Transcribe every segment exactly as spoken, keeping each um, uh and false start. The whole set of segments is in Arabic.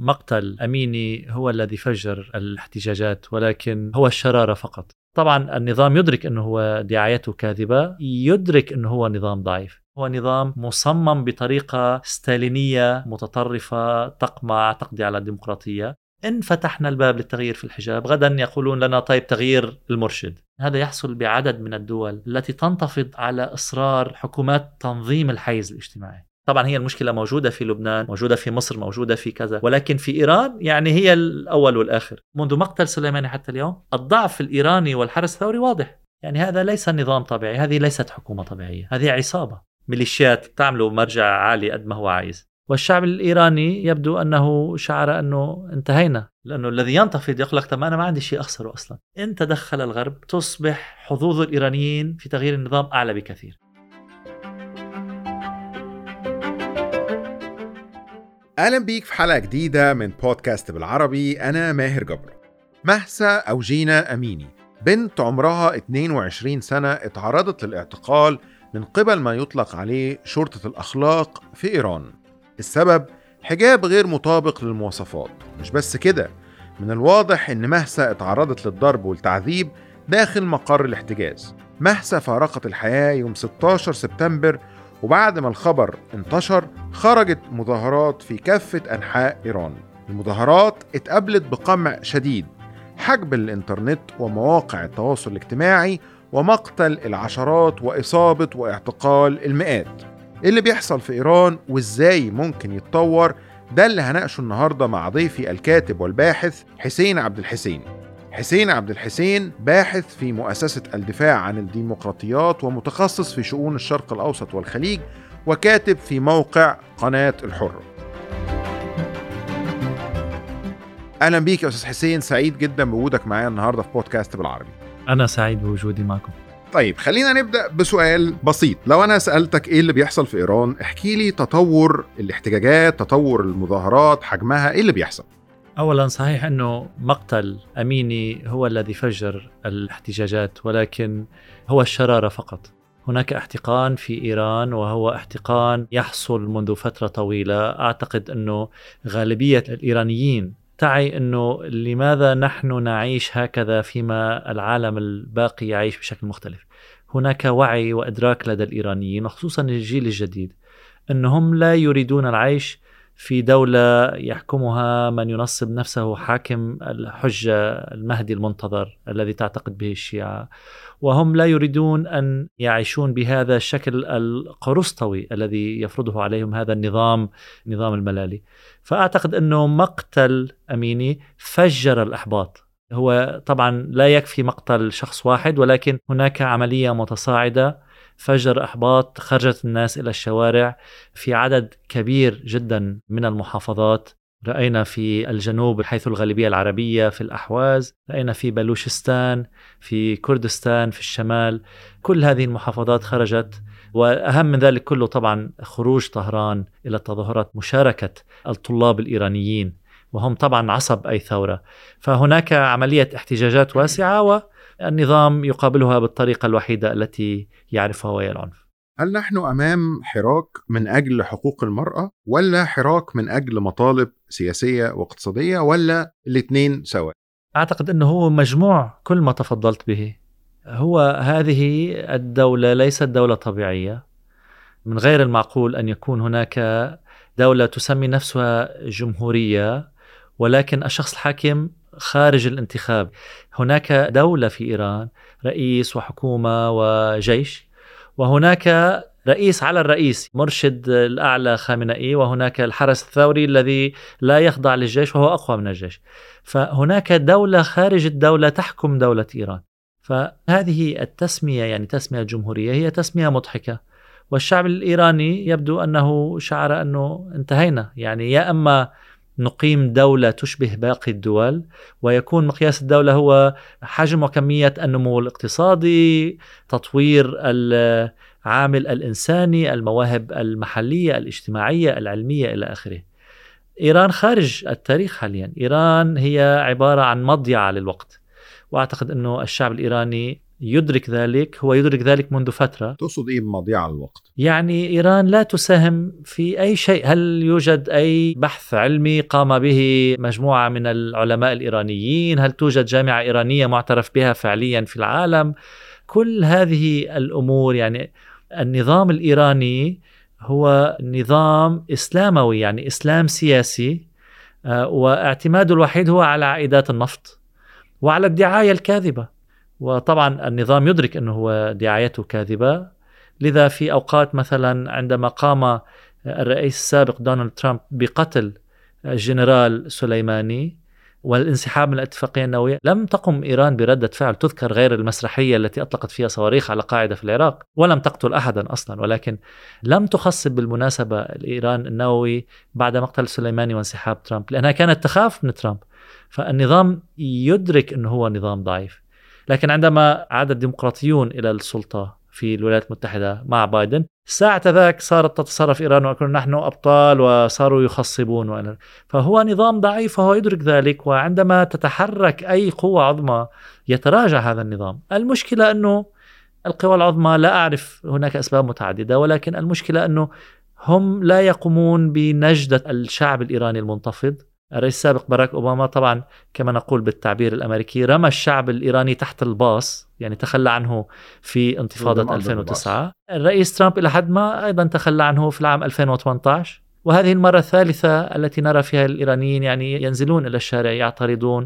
مقتل أميني هو الذي فجر الاحتجاجات، ولكن هو الشرارة فقط. طبعا النظام يدرك أنه هو دعايته كاذبة، يدرك أنه هو نظام ضعيف، هو نظام مصمم بطريقة ستالينية متطرفة تقمع تقضي على الديمقراطية. إن فتحنا الباب للتغيير في الحجاب غدا يقولون لنا طيب تغيير المرشد. هذا يحصل بعدد من الدول التي تنتفض على إصرار حكومات تنظيم الحيز الاجتماعي. طبعا هي المشكلة موجودة في لبنان، موجودة في مصر، موجودة في كذا، ولكن في إيران يعني هي الأول والآخر. منذ مقتل سليماني حتى اليوم الضعف الإيراني والحرس الثوري واضح. يعني هذا ليس نظام طبيعي، هذه ليست حكومة طبيعية، هذه عصابة ميليشيات تعملوا مرجع عالي قد ما هو عايز. والشعب الإيراني يبدو أنه شعر أنه انتهينا، لأنه الذي ينتفض يقول لك طب أنا ما عندي شيء أخسره أصلا. إن تدخل الغرب تصبح حظوظ الإيرانيين في تغيير النظام أعلى بكثير. أهلا بيك في حلقة جديدة من بودكاست بالعربي. أنا ماهر جبر. مهسا أو جينا أميني بنت عمرها اثنين وعشرين سنة اتعرضت للاعتقال من قبل ما يطلق عليه شرطة الأخلاق في إيران. السبب حجاب غير مطابق للمواصفات. مش بس كده، من الواضح إن مهسا اتعرضت للضرب والتعذيب داخل مقر الاحتجاز. مهسا فارقت الحياة يوم ستة عشر سبتمبر، وبعد ما الخبر انتشر خرجت مظاهرات في كافة أنحاء إيران. المظاهرات اتقابلت بقمع شديد، حجب الإنترنت ومواقع التواصل الاجتماعي، ومقتل العشرات وإصابة واعتقال المئات. اللي بيحصل في إيران وإزاي ممكن يتطور، ده اللي هناقشه النهاردة مع ضيفي الكاتب والباحث حسين عبد الحسين. حسين عبد الحسين باحث في مؤسسة الدفاع عن الديمقراطيات، ومتخصص في شؤون الشرق الأوسط والخليج، وكاتب في موقع قناة الحرة. أهلا بيك يا أستاذ حسين، سعيد جدا بوجودك معايا النهاردة في بودكاست بالعربي. أنا سعيد بوجودي معكم. طيب خلينا نبدأ بسؤال بسيط. لو أنا سألتك إيه اللي بيحصل في إيران، احكي لي تطور الاحتجاجات، تطور المظاهرات، حجمها، إيه اللي بيحصل؟ أولا صحيح أنه مقتل أميني هو الذي فجر الاحتجاجات، ولكن هو الشرارة فقط. هناك احتقان في إيران، وهو احتقان يحصل منذ فترة طويلة. أعتقد أنه غالبية الإيرانيين تعي أنه لماذا نحن نعيش هكذا فيما العالم الباقي يعيش بشكل مختلف. هناك وعي وإدراك لدى الإيرانيين، وخصوصا الجيل الجديد، أنهم لا يريدون العيش في دولة يحكمها من ينصب نفسه حاكم الحجة المهدي المنتظر الذي تعتقد به الشيعة، وهم لا يريدون أن يعيشون بهذا الشكل القرسطوي الذي يفرضه عليهم هذا النظام، نظام الملالي. فأعتقد أنه مقتل أميني فجر الأحباط. هو طبعا لا يكفي مقتل شخص واحد، ولكن هناك عملية متصاعدة فجر أحباط، خرجت الناس إلى الشوارع في عدد كبير جدا من المحافظات. رأينا في الجنوب حيث الغالبية العربية في الأحواز، رأينا في بلوشستان، في كردستان في الشمال. كل هذه المحافظات خرجت، وأهم من ذلك كله طبعا خروج طهران إلى التظاهرات، مشاركة الطلاب الإيرانيين، وهم طبعا عصب أي ثورة. فهناك عملية احتجاجات واسعة، والنظام يقابلها بالطريقة الوحيدة التي يعرفها، وهي العنف. هل نحن أمام حراك من أجل حقوق المرأة، ولا حراك من أجل مطالب سياسية واقتصادية، ولا الاثنين سوا؟ أعتقد أنه هو مجموع كل ما تفضلت به. هو هذه الدولة ليست دولة طبيعية. من غير المعقول أن يكون هناك دولة تسمي نفسها جمهورية، ولكن الشخص الحاكم خارج الانتخاب. هناك دولة في إيران، رئيس وحكومة وجيش، وهناك رئيس على الرئيس، مرشد الأعلى خامنئي، وهناك الحرس الثوري الذي لا يخضع للجيش وهو أقوى من الجيش. فهناك دولة خارج الدولة تحكم دولة إيران. فهذه التسمية، يعني تسمية جمهورية، هي تسمية مضحكة. والشعب الإيراني يبدو أنه شعر أنه انتهينا. يعني يا أما نقيم دولة تشبه باقي الدول، ويكون مقياس الدولة هو حجم وكمية النمو الاقتصادي، تطوير العامل الإنساني، المواهب المحلية الاجتماعية العلمية إلى آخره. إيران خارج التاريخ حاليا. إيران هي عبارة عن مضيعة للوقت، وأعتقد أنه الشعب الإيراني يدرك ذلك، هو يدرك ذلك منذ فترة. تقصد إيه بمضيعة الوقت؟ يعني إيران لا تساهم في أي شيء. هل يوجد أي بحث علمي قام به مجموعة من العلماء الإيرانيين؟ هل توجد جامعة إيرانية معترف بها فعليا في العالم؟ كل هذه الأمور، يعني النظام الإيراني هو نظام إسلاموي، يعني إسلام سياسي، واعتماده الوحيد هو على عائدات النفط وعلى الدعاية الكاذبة. وطبعا النظام يدرك أنه هو دعايته كاذبة، لذا في أوقات مثلا عندما قام الرئيس السابق دونالد ترامب بقتل الجنرال سليماني والانسحاب من الاتفاقية النووية، لم تقم إيران بردة فعل تذكر غير المسرحية التي أطلقت فيها صواريخ على قاعدة في العراق، ولم تقتل أحدا أصلا. ولكن لم تخصب بالمناسبة الإيران النووي بعد مقتل سليماني وانسحاب ترامب، لأنها كانت تخاف من ترامب. فالنظام يدرك أنه هو نظام ضعيف. لكن عندما عاد الديمقراطيون إلى السلطة في الولايات المتحدة مع بايدن، ساعة ذاك صارت تتصرف إيران ويقولون نحن أبطال، وصاروا يخصبون. فهو نظام ضعيف وهو يدرك ذلك، وعندما تتحرك أي قوة عظمى يتراجع هذا النظام. المشكلة أنه القوى العظمى لا أعرف، هناك أسباب متعددة، ولكن المشكلة أنه هم لا يقومون بنجدة الشعب الإيراني المنتفض. الرئيس السابق باراك أوباما طبعا كما نقول بالتعبير الأمريكي رمى الشعب الإيراني تحت الباص، يعني تخلى عنه في انتفاضة ألفين وتسعة. الرئيس ترامب إلى حد ما أيضا تخلى عنه في العام ألفين وثمانية عشر، وهذه المرة الثالثة التي نرى فيها الإيرانيين يعني ينزلون إلى الشارع يعترضون.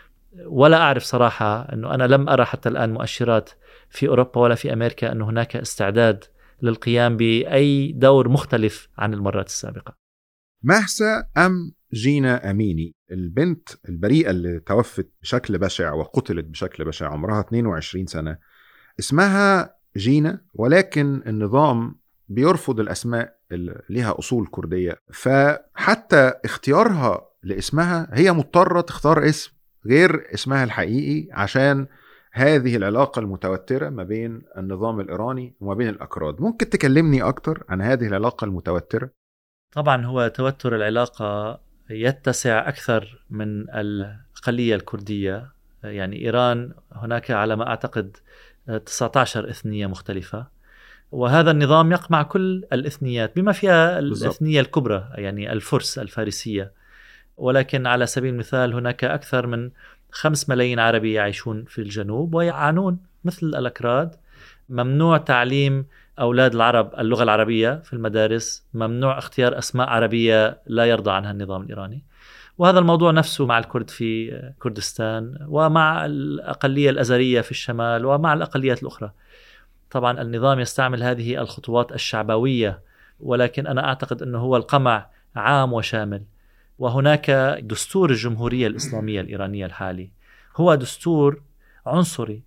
ولا أعرف صراحة أنه أنا لم أرى حتى الآن مؤشرات في أوروبا ولا في أمريكا أنه هناك استعداد للقيام بأي دور مختلف عن المرات السابقة. مهسا أم جينا أميني، البنت البريئة اللي توفت بشكل بشع وقتلت بشكل بشع، عمرها اثنين وعشرين سنة، اسمها جينا، ولكن النظام بيرفض الأسماء اللي لها أصول كردية، فحتى اختيارها لاسمها هي مضطرة تختار اسم غير اسمها الحقيقي عشان هذه العلاقة المتوترة ما بين النظام الإيراني وما بين الأكراد. ممكن تكلمني أكتر عن هذه العلاقة المتوترة؟ طبعا هو توتر العلاقة يتسع أكثر من الأقلية الكردية. يعني إيران هناك على ما أعتقد تسعة عشر إثنية مختلفة، وهذا النظام يقمع كل الإثنيات بما فيها الإثنية الكبرى، يعني الفرس الفارسية. ولكن على سبيل المثال هناك أكثر من خمس ملايين عربي يعيشون في الجنوب ويعانون مثل الأكراد. ممنوع تعليم أولاد العرب اللغة العربية في المدارس، ممنوع اختيار أسماء عربية لا يرضى عنها النظام الإيراني. وهذا الموضوع نفسه مع الكرد في كردستان، ومع الأقلية الأزرية في الشمال، ومع الأقليات الأخرى. طبعا النظام يستعمل هذه الخطوات الشعبوية، ولكن أنا أعتقد أنه هو القمع عام وشامل. وهناك دستور الجمهورية الإسلامية الإيرانية الحالي هو دستور عنصري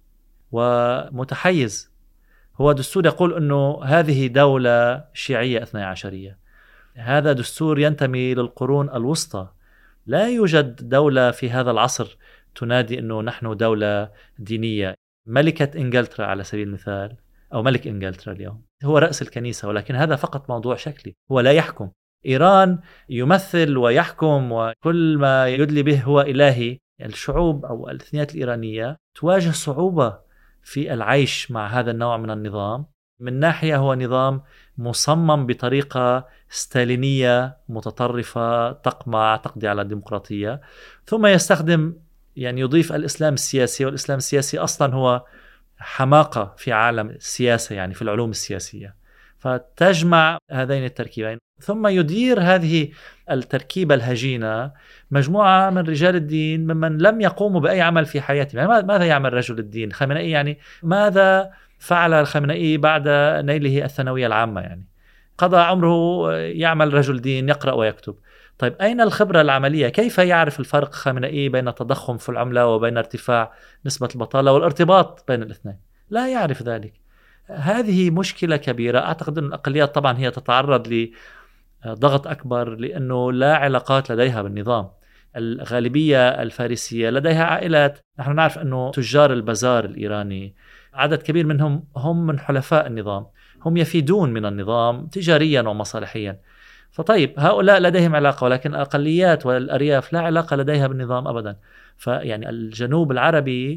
ومتحيز. هو دستور يقول أنه هذه دولة شيعية اثني عشرية. هذا دستور ينتمي للقرون الوسطى. لا يوجد دولة في هذا العصر تنادي أنه نحن دولة دينية. ملكة إنجلترا على سبيل المثال، أو ملك إنجلترا اليوم هو رأس الكنيسة، ولكن هذا فقط موضوع شكلي، هو لا يحكم. إيران يمثل ويحكم، وكل ما يدلي به هو إلهي. الشعوب أو الإثنيات الإيرانية تواجه صعوبة في العيش مع هذا النوع من النظام. من ناحية هو نظام مصمم بطريقة ستالينية متطرفة تقمع تقضي على الديمقراطية، ثم يستخدم يعني يضيف الإسلام السياسي، والإسلام السياسي أصلا هو حماقة في عالم السياسة، يعني في العلوم السياسية. فتجمع هذين التركيبين، ثم يدير هذه التركيبة الهجينة مجموعة من رجال الدين ممن لم يقوموا بأي عمل في حياتهم. يعني ماذا يعمل رجل الدين خامنئي؟ يعني ماذا فعل الخامنئي بعد نيله الثانوية العامة؟ يعني قضى عمره يعمل رجل دين، يقرأ ويكتب. طيب أين الخبرة العملية؟ كيف يعرف الفرق خامنئي بين التضخم في العملة وبين ارتفاع نسبة البطالة والارتباط بين الاثنين؟ لا يعرف ذلك. هذه مشكلة كبيرة. أعتقد أن الأقليات طبعا هي تتعرض لضغط أكبر لأنه لا علاقات لديها بالنظام. الغالبية الفارسية لديها عائلات. نحن نعرف أنه تجار البازار الإيراني عدد كبير منهم هم من حلفاء النظام، هم يفيدون من النظام تجاريا ومصالحيا. فطيب هؤلاء لديهم علاقة، ولكن الأقليات والأرياف لا علاقة لديها بالنظام أبدا. فيعني الجنوب العربي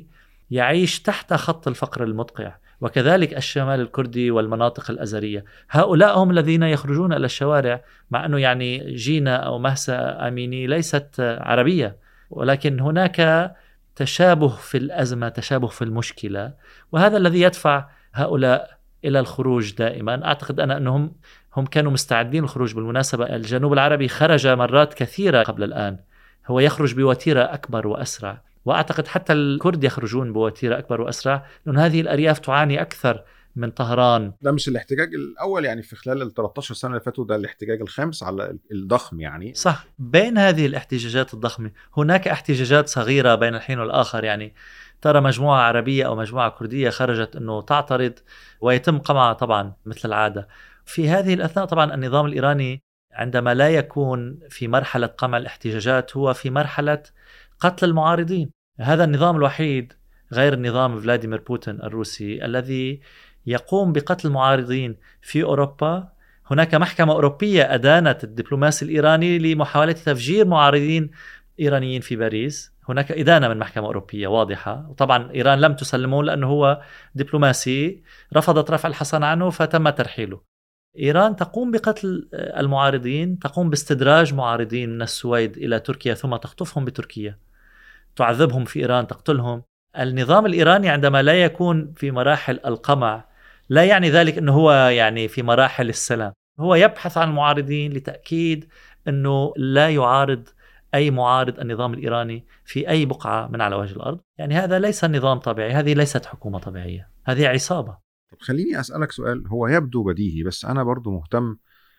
يعيش تحت خط الفقر المدقع، وكذلك الشمال الكردي والمناطق الأزرية. هؤلاء هم الذين يخرجون إلى الشوارع، مع أنه يعني جينا أو مهسا أميني ليست عربية، ولكن هناك تشابه في الأزمة، تشابه في المشكلة، وهذا الذي يدفع هؤلاء إلى الخروج دائما. أعتقد أنا أنهم هم كانوا مستعدين للخروج. بالمناسبة الجنوب العربي خرج مرات كثيرة قبل الآن، هو يخرج بوتيرة أكبر وأسرع، وأعتقد حتى الكرد يخرجون بوتيرة أكبر وأسرع، لأن هذه الأرياف تعاني أكثر من طهران. ده مش الاحتجاج الأول يعني في خلال ال ثلاثة عشر سنة اللي فاتوا، ده الاحتجاج الخامس على الضخم يعني. صح. بين هذه الاحتجاجات الضخمة هناك احتجاجات صغيرة بين الحين والآخر، يعني ترى مجموعة عربية أو مجموعة كردية خرجت أنه تعترض ويتم قمعها طبعا مثل العادة. في هذه الأثناء طبعا النظام الإيراني عندما لا يكون في مرحلة قمع الاحتجاجات هو في مرحلة قتل المعارضين. هذا النظام الوحيد غير النظام فلاديمير بوتين الروسي الذي يقوم بقتل المعارضين في أوروبا. هناك محكمة أوروبية أدانت الدبلوماسي الإيراني لمحاولة تفجير معارضين إيرانيين في باريس. هناك إدانة من محكمة أوروبية واضحة، وطبعا إيران لم تسلمه لأنه هو دبلوماسي، رفضت رفع الحصانة عنه فتم ترحيله. إيران تقوم بقتل المعارضين، تقوم باستدراج معارضين من السويد إلى تركيا ثم تخطفهم بتركيا، تعذبهم في إيران، تقتلهم. النظام الإيراني عندما لا يكون في مراحل القمع لا يعني ذلك أنه هو يعني في مراحل السلام، هو يبحث عن المعارضين لتأكيد أنه لا يعارض أي معارض النظام الإيراني في أي بقعة من على وجه الأرض. يعني هذا ليس نظام طبيعي، هذه ليست حكومة طبيعية، هذه عصابة. طب خليني أسألك سؤال هو يبدو بديهي، بس أنا برضو مهتم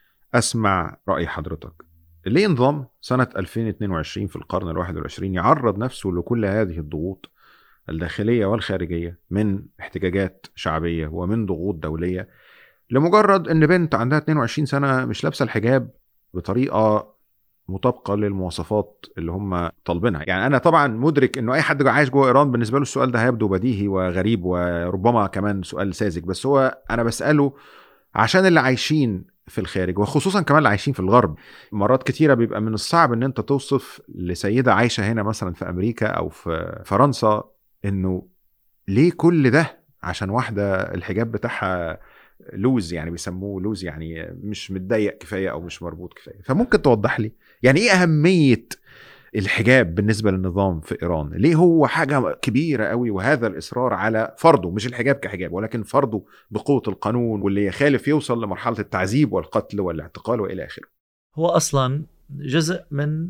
أسمع رأي حضرتك. ليه نظام سنة ألفين واثنين وعشرين في القرن الواحد والعشرين يعرض نفسه لكل هذه الضغوط الداخلية والخارجية من احتجاجات شعبية ومن ضغوط دولية لمجرد ان بنت عندها اثنين وعشرين سنة مش لابسة الحجاب بطريقة مطابقة للمواصفات اللي هم طالبينها؟ يعني انا طبعا مدرك انه اي حد عايش جوه ايران بالنسبة له السؤال ده هيبدو بديهي وغريب وربما كمان سؤال ساذج، بس هو انا بسأله عشان اللي عايشين في الخارج وخصوصا كمان اللي عايشين في الغرب. مرات كتيرة بيبقى من الصعب ان انت توصف لسيدة عايشة هنا مثلا في امريكا او في فرنسا انه ليه كل ده عشان واحدة الحجاب بتاعها لوز، يعني بيسموه لوز، يعني مش متضيق كفاية او مش مربوط كفاية. فممكن توضح لي يعني ايه اهمية الحجاب بالنسبة للنظام في ايران؟ ليه هو حاجة كبيرة قوي وهذا الاصرار على فرضه، مش الحجاب كحجاب ولكن فرضه بقوة القانون، واللي يخالف يوصل لمرحلة التعذيب والقتل والاعتقال والى اخره؟ هو اصلا جزء من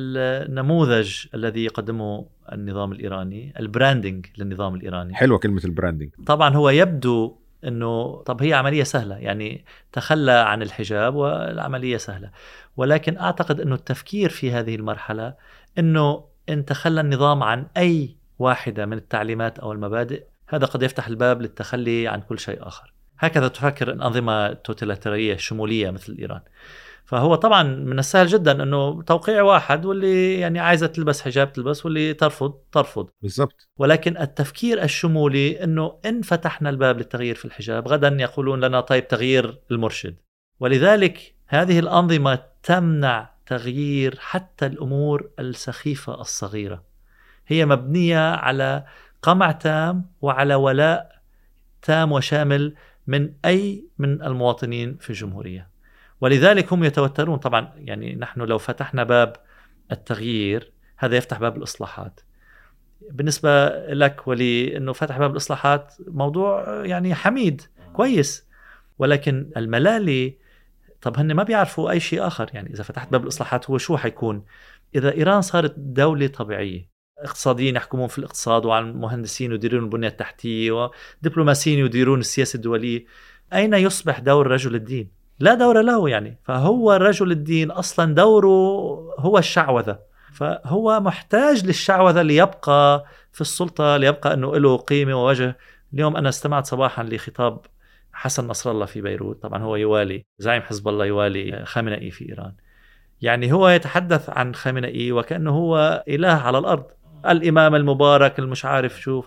النموذج الذي يقدمه النظام الإيراني، البراندنج للنظام الإيراني. حلوة كلمة البراندنج. طبعا هو يبدو أنه طب هي عملية سهلة، يعني تخلى عن الحجاب والعملية سهلة، ولكن أعتقد أنه التفكير في هذه المرحلة أنه إن تخلى النظام عن أي واحدة من التعليمات أو المبادئ هذا قد يفتح الباب للتخلي عن كل شيء آخر. هكذا تفكر الأنظمة التوتاليتارية الشمولية مثل إيران. فهو طبعا من السهل جدا انه توقيع واحد، واللي يعني عايزه تلبس حجاب تلبس، واللي ترفض ترفض. بالضبط. ولكن التفكير الشمولي انه ان فتحنا الباب للتغيير في الحجاب غدا يقولون لنا طيب تغيير المرشد. ولذلك هذه الأنظمة تمنع تغيير حتى الأمور السخيفة الصغيرة. هي مبنية على قمع تام وعلى ولاء تام وشامل من أي من المواطنين في الجمهورية. ولذلك هم يتوترون. طبعا يعني نحن لو فتحنا باب التغيير هذا يفتح باب الإصلاحات. بالنسبة لك ولي أنه فتح باب الإصلاحات موضوع يعني حميد كويس، ولكن الملالي طب هن ما بيعرفوا أي شيء آخر. يعني إذا فتحت باب الإصلاحات هو شو حيكون؟ إذا إيران صارت دولة طبيعية، اقتصاديين يحكمون في الاقتصاد، وعن مهندسين يديرون البنية التحتية، ودبلوماسيين يديرون السياسة الدولية، أين يصبح دور رجل الدين؟ لا دور له. يعني فهو رجل الدين أصلا دوره هو الشعوذة، فهو محتاج للشعوذة ليبقى في السلطة، ليبقى أنه له قيمة ووجه. اليوم أنا استمعت صباحا لخطاب حسن نصر الله في بيروت، طبعا هو يوالي زعيم حزب الله، يوالي خامنئي في إيران. يعني هو يتحدث عن خامنئي وكأنه هو إله على الأرض، الإمام المبارك المش عارف شو.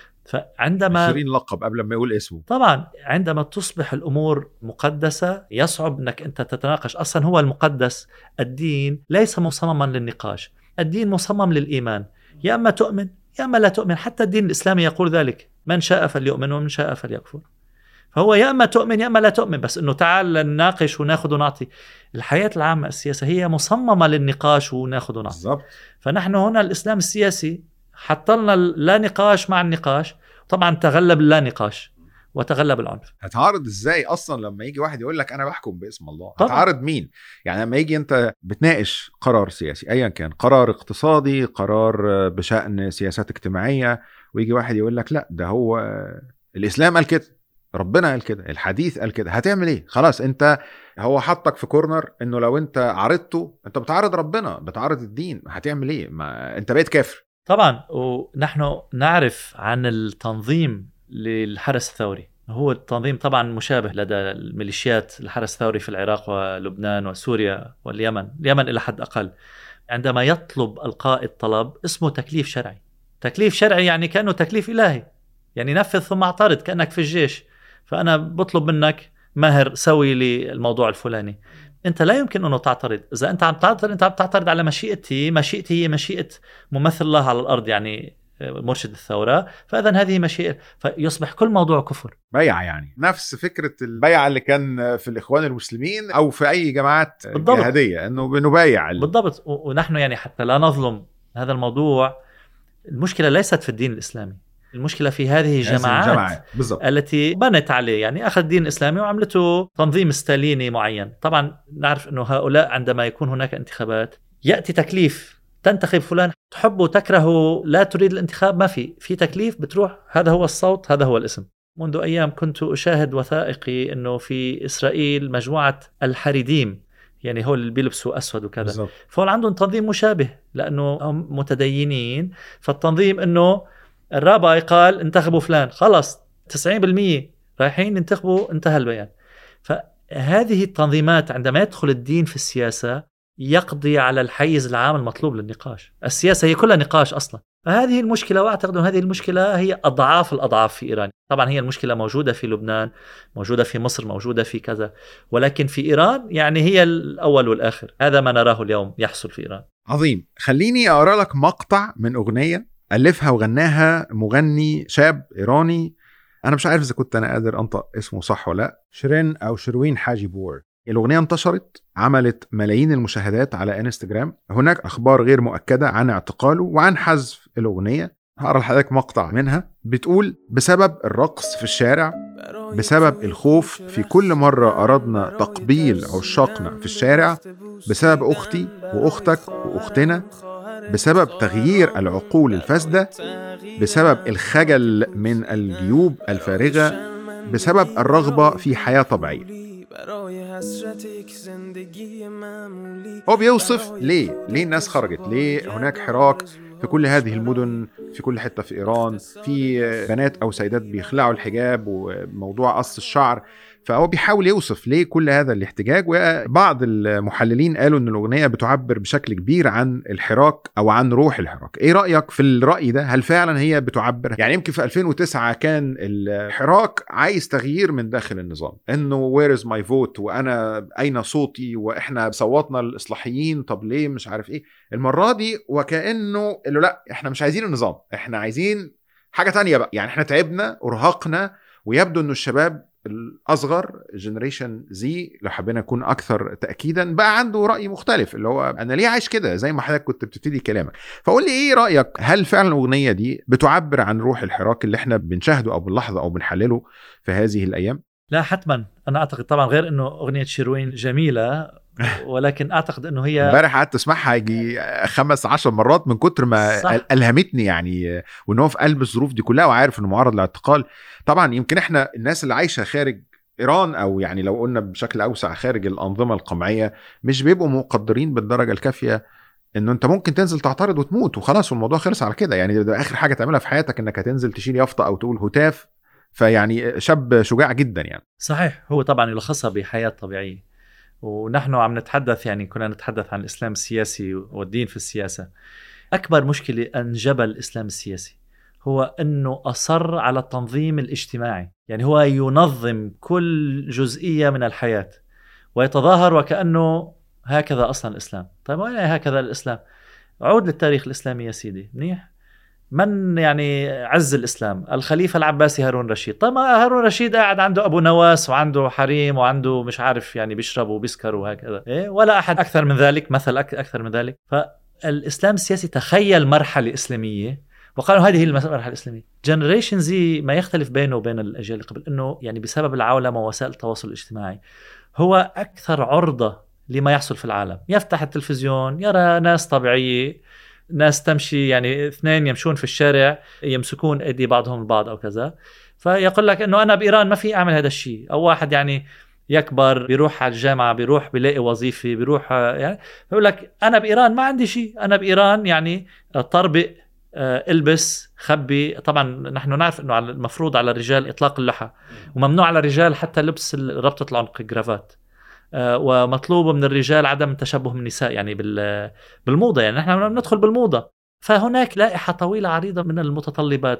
فعندما عشرين لقب قبل ما يقول اسمه. طبعا عندما تصبح الأمور مقدسة يصعب أنك أنت تتناقش. أصلا هو المقدس، الدين ليس مصمما للنقاش، الدين مصمم للإيمان. يا أما تؤمن يا أما لا تؤمن. حتى الدين الإسلامي يقول ذلك، من شاء فليؤمن ومن شاء فليكفر. فهو يا أما تؤمن يا أما لا تؤمن، بس إنه تعال نناقش وناخذ ونعطي. الحياة العامة السياسة هي مصممة للنقاش وناخذ ونعطي بالضبط. فنحن هنا الإسلام السياسي حط لنا لا نقاش مع النقاش، طبعا تغلب اللا نقاش وتغلب العنف. هتعارض ازاي اصلا لما يجي واحد يقول لك انا بحكم باسم الله؟ طبعا. هتعارض مين؟ يعني لما يجي انت بتناقش قرار سياسي ايا كان، قرار اقتصادي، قرار بشأن سياسات اجتماعية، ويجي واحد يقول لك لا ده هو الاسلام قال كده، ربنا قال كده، الحديث قال كده، هتعمل ايه؟ خلاص انت هو حطك في كورنر انه لو انت عارضته انت بتعارض ربنا، بتعارض الدين، هتعمل ايه؟ ما انت بقيت كافر. طبعا. ونحن نعرف عن التنظيم للحرس الثوري، هو التنظيم طبعا مشابه لدى الميليشيات الحرس الثوري في العراق ولبنان وسوريا واليمن، اليمن إلى حد أقل. عندما يطلب القائد طلب اسمه تكليف شرعي. تكليف شرعي يعني كأنه تكليف إلهي، يعني نفذ ثم اعترض، كأنك في الجيش. فأنا بطلب منك ماهر سوي لي الموضوع الفلاني، أنت لا يمكن أنه تعترض. إذا أنت عم تعترض أنت عم تعترض على مشيئتي، مشيئتي هي مشيئة ممثل الله على الأرض، يعني مرشد الثورة، فإذا هذه مشيئة، فيصبح كل موضوع كفر. بيع، يعني نفس فكرة البيع اللي كان في الإخوان المسلمين أو في أي جماعات جهادية، أنه بنبيع ال... بالضبط. ونحن يعني حتى لا نظلم هذا الموضوع، المشكلة ليست في الدين الإسلامي، المشكلة في هذه الجماعات التي بنت عليه، يعني أخذ الدين الإسلامي وعملته تنظيم ستاليني معين. طبعا نعرف أنه هؤلاء عندما يكون هناك انتخابات يأتي تكليف، تنتخب فلان، تحبه تكرهه، لا تريد الانتخاب، ما في في تكليف، بتروح هذا هو الصوت، هذا هو الاسم. منذ أيام كنت أشاهد وثائقي أنه في إسرائيل مجموعة الحريديم، يعني هو اللي بيلبسوا أسود وكذا، فهو عندهم تنظيم مشابه لأنه هم متدينين. فالتنظيم أنه الرابع قال انتخبوا فلان، خلص تسعين بالمية رايحين ينتخبوا، انتهى البيان. فهذه التنظيمات عندما يدخل الدين في السياسة يقضي على الحيز العام المطلوب للنقاش. السياسة هي كلها نقاش أصلا. فهذه المشكلة، وأعتقد أن هذه المشكلة هي أضعاف الأضعاف في إيران. طبعا هي المشكلة موجودة في لبنان، موجودة في مصر، موجودة في كذا، ولكن في إيران يعني هي الأول والآخر. هذا ما نراه اليوم يحصل في إيران. عظيم. خليني أقرأ لك مقطع من أغنية ألفها وغناها مغني شاب إيراني، أنا مش عارف إذا كنت أنا قادر أنطق اسمه صح ولا لا، شيرين أو شروين حاجبور. الأغنية انتشرت، عملت ملايين المشاهدات على انستجرام. هناك أخبار غير مؤكدة عن اعتقاله وعن حذف الأغنية. هقرأ لحضرتك مقطع منها. بتقول: بسبب الرقص في الشارع، بسبب الخوف في كل مرة أردنا تقبيل عشاقنا في الشارع، بسبب أختي وأختك وأختنا، بسبب تغيير العقول الفاسدة، بسبب الخجل من الجيوب الفارغة، بسبب الرغبة في حياة طبيعية. هو بيوصف ليه ليه الناس خرجت، ليه هناك حراك في كل هذه المدن، في كل حتة في إيران، في بنات أو سيدات بيخلعوا الحجاب وموضوع قص الشعر. فهو بيحاول يوصف ليه كل هذا الاحتجاج. وبعض المحللين قالوا ان الأغنية بتعبر بشكل كبير عن الحراك او عن روح الحراك. ايه رأيك في الرأي ده؟ هل فعلا هي بتعبر؟ يعني يمكن في ألفين وتسعة كان الحراك عايز تغيير من داخل النظام، انه where is my vote، وانا اين صوتي، واحنا صوتنا الإصلاحيين، طب ليه مش عارف ايه. المرة دي وكأنه اللي لا، احنا مش عايزين النظام، احنا عايزين حاجة تانية بقى. يعني احنا تعبنا ارهقنا. ويبدو انه الشباب الأصغر جنريشن زي، لو حبينا نكون أكثر تأكيدا، بقى عنده رأي مختلف، اللي هو أنا ليه عايش كده، زي ما حضرتك كنت بتبتدي كلامك. فقول لي إيه رأيك، هل فعلا الأغنية دي بتعبر عن روح الحراك اللي احنا بنشاهده أو بنلاحظه أو بنحلله في هذه الأيام؟ لا حتما. أنا أعتقد طبعا، غير أنه أغنية شيروين جميلة، ولكن أعتقد أنه هي امبارح قعدت اسمعها يجي خمس عشر مرات من كتر ما صح. ألهمتني يعني، وإنه في قلب الظروف دي كلها وعارف إنه معرض للاعتقال. طبعا يمكن إحنا الناس اللي عايشة خارج إيران، أو يعني لو قلنا بشكل أوسع خارج الأنظمة القمعية، مش بيبقوا مقدرين بالدرجة الكافية إنه أنت ممكن تنزل تعترض وتموت وخلاص والموضوع خلص على كده. يعني ده آخر حاجة تعملها في حياتك إنك هتنزل تشيل يافطة أو تقول هتاف. فيعني شاب شجاع جدا يعني. صحيح. هو طبعا يلخصها بحياة طبيعية. ونحن عم نتحدث، يعني كنا نتحدث عن الإسلام السياسي والدين في السياسة. أكبر مشكلة أنجب الإسلام السياسي هو أنه أصر على التنظيم الاجتماعي، يعني هو ينظم كل جزئية من الحياة ويتظاهر وكأنه هكذا أصلا الإسلام. طيب وين هكذا الإسلام؟ عود للتاريخ الإسلامي يا سيدي منيح. من يعني عز الإسلام؟ الخليفة العباسي هارون رشيد. طيب هارون رشيد قاعد عنده أبو نواس وعنده حريم وعنده مش عارف يعني بيشربوا وبيسكروا وهكذا، إيه؟ ولا أحد أكثر من ذلك، مثل أكثر من ذلك. فالإسلام السياسي تخيل مرحلة إسلامية وقالوا هذه هي المرحلة الإسلامية. جنريشن زي ما يختلف بينه وبين الأجيال اللي قبل، إنه يعني بسبب العولمة ووسائل التواصل الاجتماعي هو أكثر عرضة لما يحصل في العالم. يفتح التلفزيون يرى ناس طبيعية، ناس تمشي يعني اثنين يمشون في الشارع يمسكون ايدي بعضهم البعض او كذا، فيقول لك انه انا بايران ما في اعمل هذا الشيء. او واحد يعني يكبر بيروح على الجامعه، بيروح بيلاقي وظيفه، بيروح يعني يقول لك انا بايران ما عندي شيء، انا بايران يعني طربق، البس، خبي. طبعا نحن نعرف انه على المفروض على الرجال اطلاق اللحى، وممنوع على الرجال حتى لبس ربطه العنق جرافات، ومطلوب من الرجال عدم التشبه من النساء يعني بالموضة. يعني نحن ندخل بالموضة، فهناك لائحة طويلة عريضة من المتطلبات.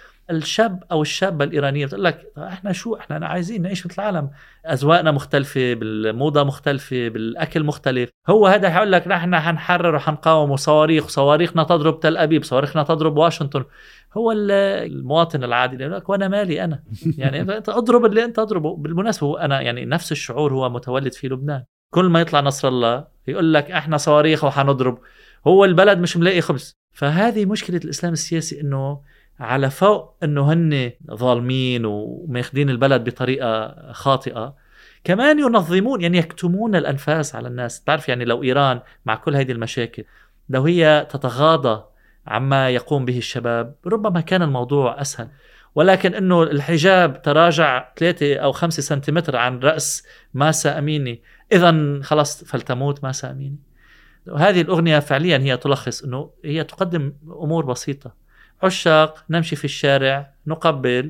فالشاب أو الشابة الإيرانية بتقول لك إحنا شو إحنا عايزين نعيش مثل العالم، أذواقنا مختلفة، بالموضة مختلفة، بالأكل مختلف. هو هذا هيقول لك نحن هنحرر وحنقاوم، وصواريخ صواريخنا تضرب تل أبيب، صواريخنا تضرب واشنطن. هو المواطن العادي يقول لك وانا مالي انا، يعني انت اضرب اللي انت اضربه. بالمناسبه انا يعني نفس الشعور هو متولد في لبنان. كل ما يطلع نصر الله يقول لك احنا صواريخ وحنضرب، هو البلد مش ملاقي خبز. فهذه مشكله الاسلام السياسي، انه على فوق انه هن ظالمين وماخذين البلد بطريقه خاطئه، كمان ينظمون يعني يكتمون الانفاس على الناس. تعرف يعني لو ايران مع كل هذه المشاكل لو هي تتغاضى عما يقوم به الشباب ربما كان الموضوع أسهل. ولكن أنه الحجاب تراجع ثلاثة أو خمسة سنتيمتر عن رأس ماسا أميني، إذن خلاص فلتموت ماسا أميني. وهذه الأغنية فعليا هي تلخص أنه هي تقدم أمور بسيطة: عشاق، نمشي في الشارع، نقبل،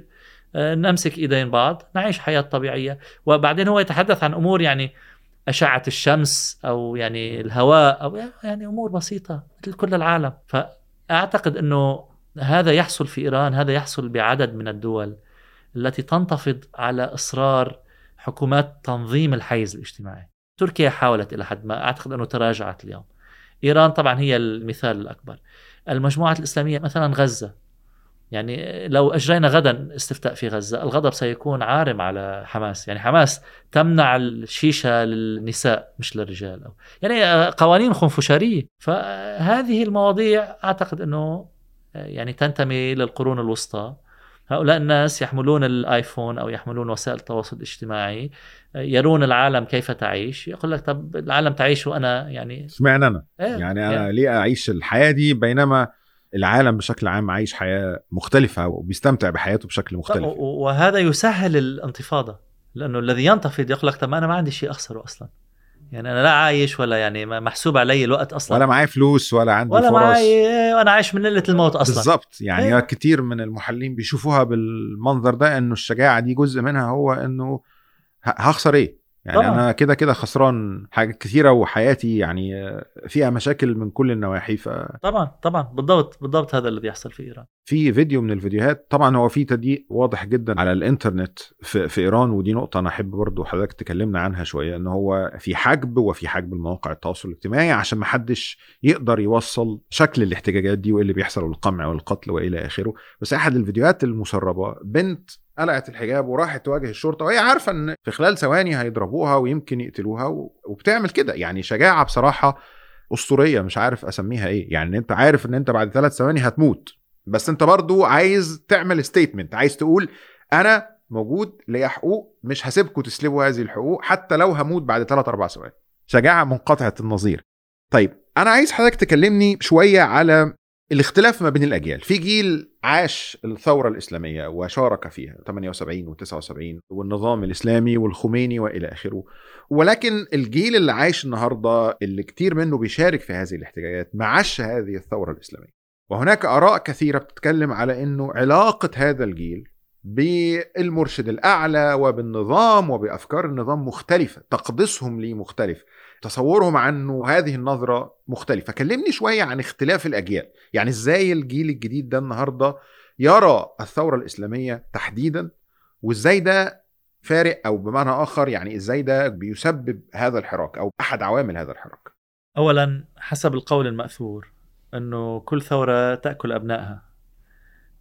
نمسك إيدين بعض، نعيش حياة طبيعية. وبعدين هو يتحدث عن أمور يعني أشعة الشمس أو يعني الهواء أو يعني أمور بسيطة مثل كل العالم. ف أعتقد أنه هذا يحصل في إيران، هذا يحصل بعدد من الدول التي تنتفض على إصرار حكومات تنظيم الحيز الاجتماعي. تركيا حاولت إلى حد ما، أعتقد أنه تراجعت اليوم. إيران طبعا هي المثال الأكبر. المجموعات الإسلامية مثلا غزة، يعني لو أجرينا غدا استفتاء في غزة الغضب سيكون عارم على حماس. يعني حماس تمنع الشيشة للنساء مش للرجال، أو يعني قوانين خنفشارية. فهذه المواضيع أعتقد أنه يعني تنتمي للقرون الوسطى. هؤلاء الناس يحملون الآيفون أو يحملون وسائل التواصل الاجتماعي، يرون العالم كيف تعيش، يقول لك طب العالم تعيش وأنا يعني سمعنا أنا إيه؟ يعني أنا يعني ليه أعيش الحياة دي بينما العالم بشكل عام عايش حياة مختلفة وبيستمتع بحياته بشكل مختلف. وهذا يسهل الانتفاضة، لأنه الذي ينتفض يقول لك طب أنا ما عندي شيء أخسره أصلا، يعني أنا لا عايش ولا يعني محسوب علي الوقت أصلا، ولا معي فلوس ولا عندي ولا فرص، معي وأنا عايش من قلة الموت أصلا. بالضبط. يعني إيه؟ كتير من المحللين بيشوفوها بالمنظر ده، إنه الشجاعة دي جزء منها هو إنه هخسر إيه؟ يعني طبعا. أنا كده كده خسران حاجات كثيرة وحياتي يعني فيها مشاكل من كل النواحي. ف... طبعا طبعا بالضبط بالضبط هذا الذي يحصل في إيران. في فيديو من الفيديوهات، طبعا هو في تضييق واضح جدا على الانترنت في, في إيران، ودي نقطة أنا أحب برضو حضرتك تكلمنا عنها شوية، إنه هو في حجب وفي حجب المواقع التواصل الاجتماعي عشان ما حدش يقدر يوصل شكل الاحتجاجات دي وإيه اللي بيحصل والقمع والقتل وإلى آخره. بس أحد الفيديوهات المسربة بنت قلعت الحجاب وراحت تواجه الشرطة وهي عارفة ان في خلال ثواني هيضربوها ويمكن يقتلوها، وبتعمل كده. يعني شجاعة بصراحة أسطورية، مش عارف أسميها ايه. يعني انت عارف ان انت بعد ثلاث ثواني هتموت، بس انت برضو عايز تعمل ستيتمنت، عايز تقول انا موجود، ليا حقوق، مش هسيبكم تسلبوا هذه الحقوق حتى لو هموت بعد ثلاث أربع ثواني. شجاعة منقطعة النظير. طيب أنا عايز حضرتك تكلمني شوية على الاختلاف ما بين الأجيال. في جيل عاش الثورة الإسلامية وشارك فيها ثمانية وسبعين وتسعة وسبعين والنظام الإسلامي والخميني وإلى آخره، ولكن الجيل اللي عايش النهاردة اللي كتير منه بيشارك في هذه الاحتجاجات ما عاش هذه الثورة الإسلامية. وهناك آراء كثيرة بتتكلم على أنه علاقة هذا الجيل بالمرشد الأعلى وبالنظام وبأفكار النظام مختلفة، تقديسهم ليه مختلف، تصورهم عنه هذه النظرة مختلفة. كلمني شوية عن اختلاف الأجيال، يعني إزاي الجيل الجديد ده النهاردة يرى الثورة الإسلامية تحديدا، وإزاي ده فارق، أو بمعنى آخر يعني إزاي ده بيسبب هذا الحراك أو أحد عوامل هذا الحراك. أولا حسب القول المأثور أنه كل ثورة تأكل أبنائها،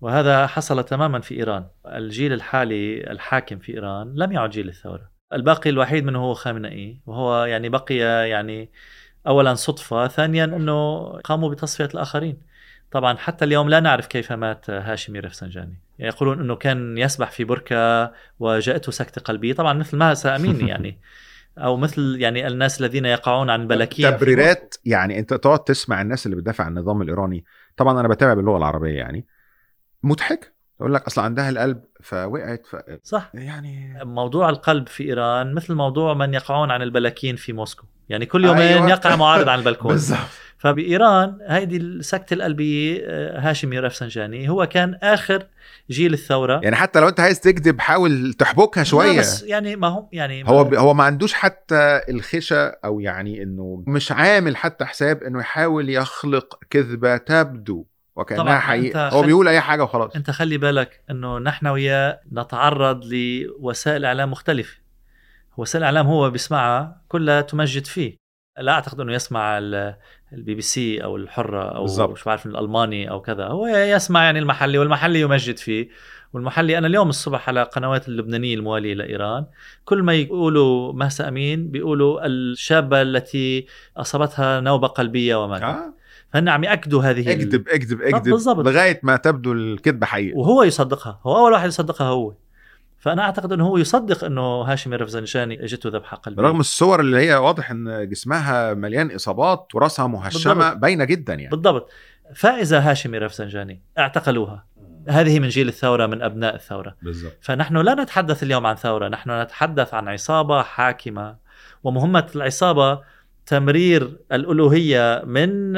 وهذا حصل تماما في إيران. الجيل الحالي الحاكم في إيران لم يعد جيل الثورة، الباقي الوحيد منه هو خامنئي، وهو يعني بقي يعني أولا صدفة، ثانيا أنه قاموا بتصفية الآخرين. طبعا حتى اليوم لا نعرف كيف مات هاشمي رفسنجاني، يعني يقولون أنه كان يسبح في بركة وجاءته سكتة قلبية، طبعا مثل مهسا أميني يعني أو مثل يعني الناس الذين يقعون عن بلكية تبريرات. يعني أنت تقعد تسمع الناس اللي بتدافع عن النظام الإيراني، طبعا أنا بتابع باللغة العربية، يعني مضحك يقول لك أصلا عندها القلب فوقعت ف... صح. يعني موضوع القلب في إيران مثل موضوع من يقعون عن البلاكين في موسكو، يعني كل يومين أيوة. يقع معارض عن البلكون. بالضبط. فبإيران هيدي السكتة القلبية هاشمي رفسنجاني هو كان آخر جيل الثورة. يعني حتى لو أنت عايز تكذب حاول تحبكها شوية. بس يعني ما هم يعني هو ما ب... هو ما عندوش حتى الخشة، أو يعني إنه مش عامل حتى حساب إنه يحاول يخلق كذبة تبدو وكأنها حقيقة. هو خل... بيقول أي حاجة وخلاص. أنت خلي بالك إنه نحن وياه نتعرض لوسائل إعلام مختلفة. وسائل الإعلام هو بيسمعها كلها تمجد فيه. لا أعتقد أنه يسمع البي بي سي أو الحرة أو بالزبط. مش بعرف الألماني أو كذا، هو يسمع يعني المحلي، والمحلي يمجد فيه. والمحلي أنا اليوم الصبح على قنوات اللبنانية الموالية لإيران كل ما يقولوا مهسا أمين بيقولوا الشابة التي أصابتها نوبة قلبية وماتت. آه. فهن عم يأكدوا هذه اكذب اكذب اكذب لغاية ما تبدو الكذبة حقيقة، وهو يصدقها. هو أول واحد يصدقها هو. فأنا أعتقد أنه هو يصدق أنه هاشمي رفسنجاني اجته ذبحة قلبية، رغم الصور اللي هي واضح أن جسمها مليان إصابات ورأسها مهشمة باينة جدا يعني. بالضبط. فإذا هاشمي رفسنجاني اعتقلوها، هذه من جيل الثورة، من أبناء الثورة. بالضبط. فنحن لا نتحدث اليوم عن ثورة، نحن نتحدث عن عصابة حاكمة، ومهمة العصابة تمرير الألوهية من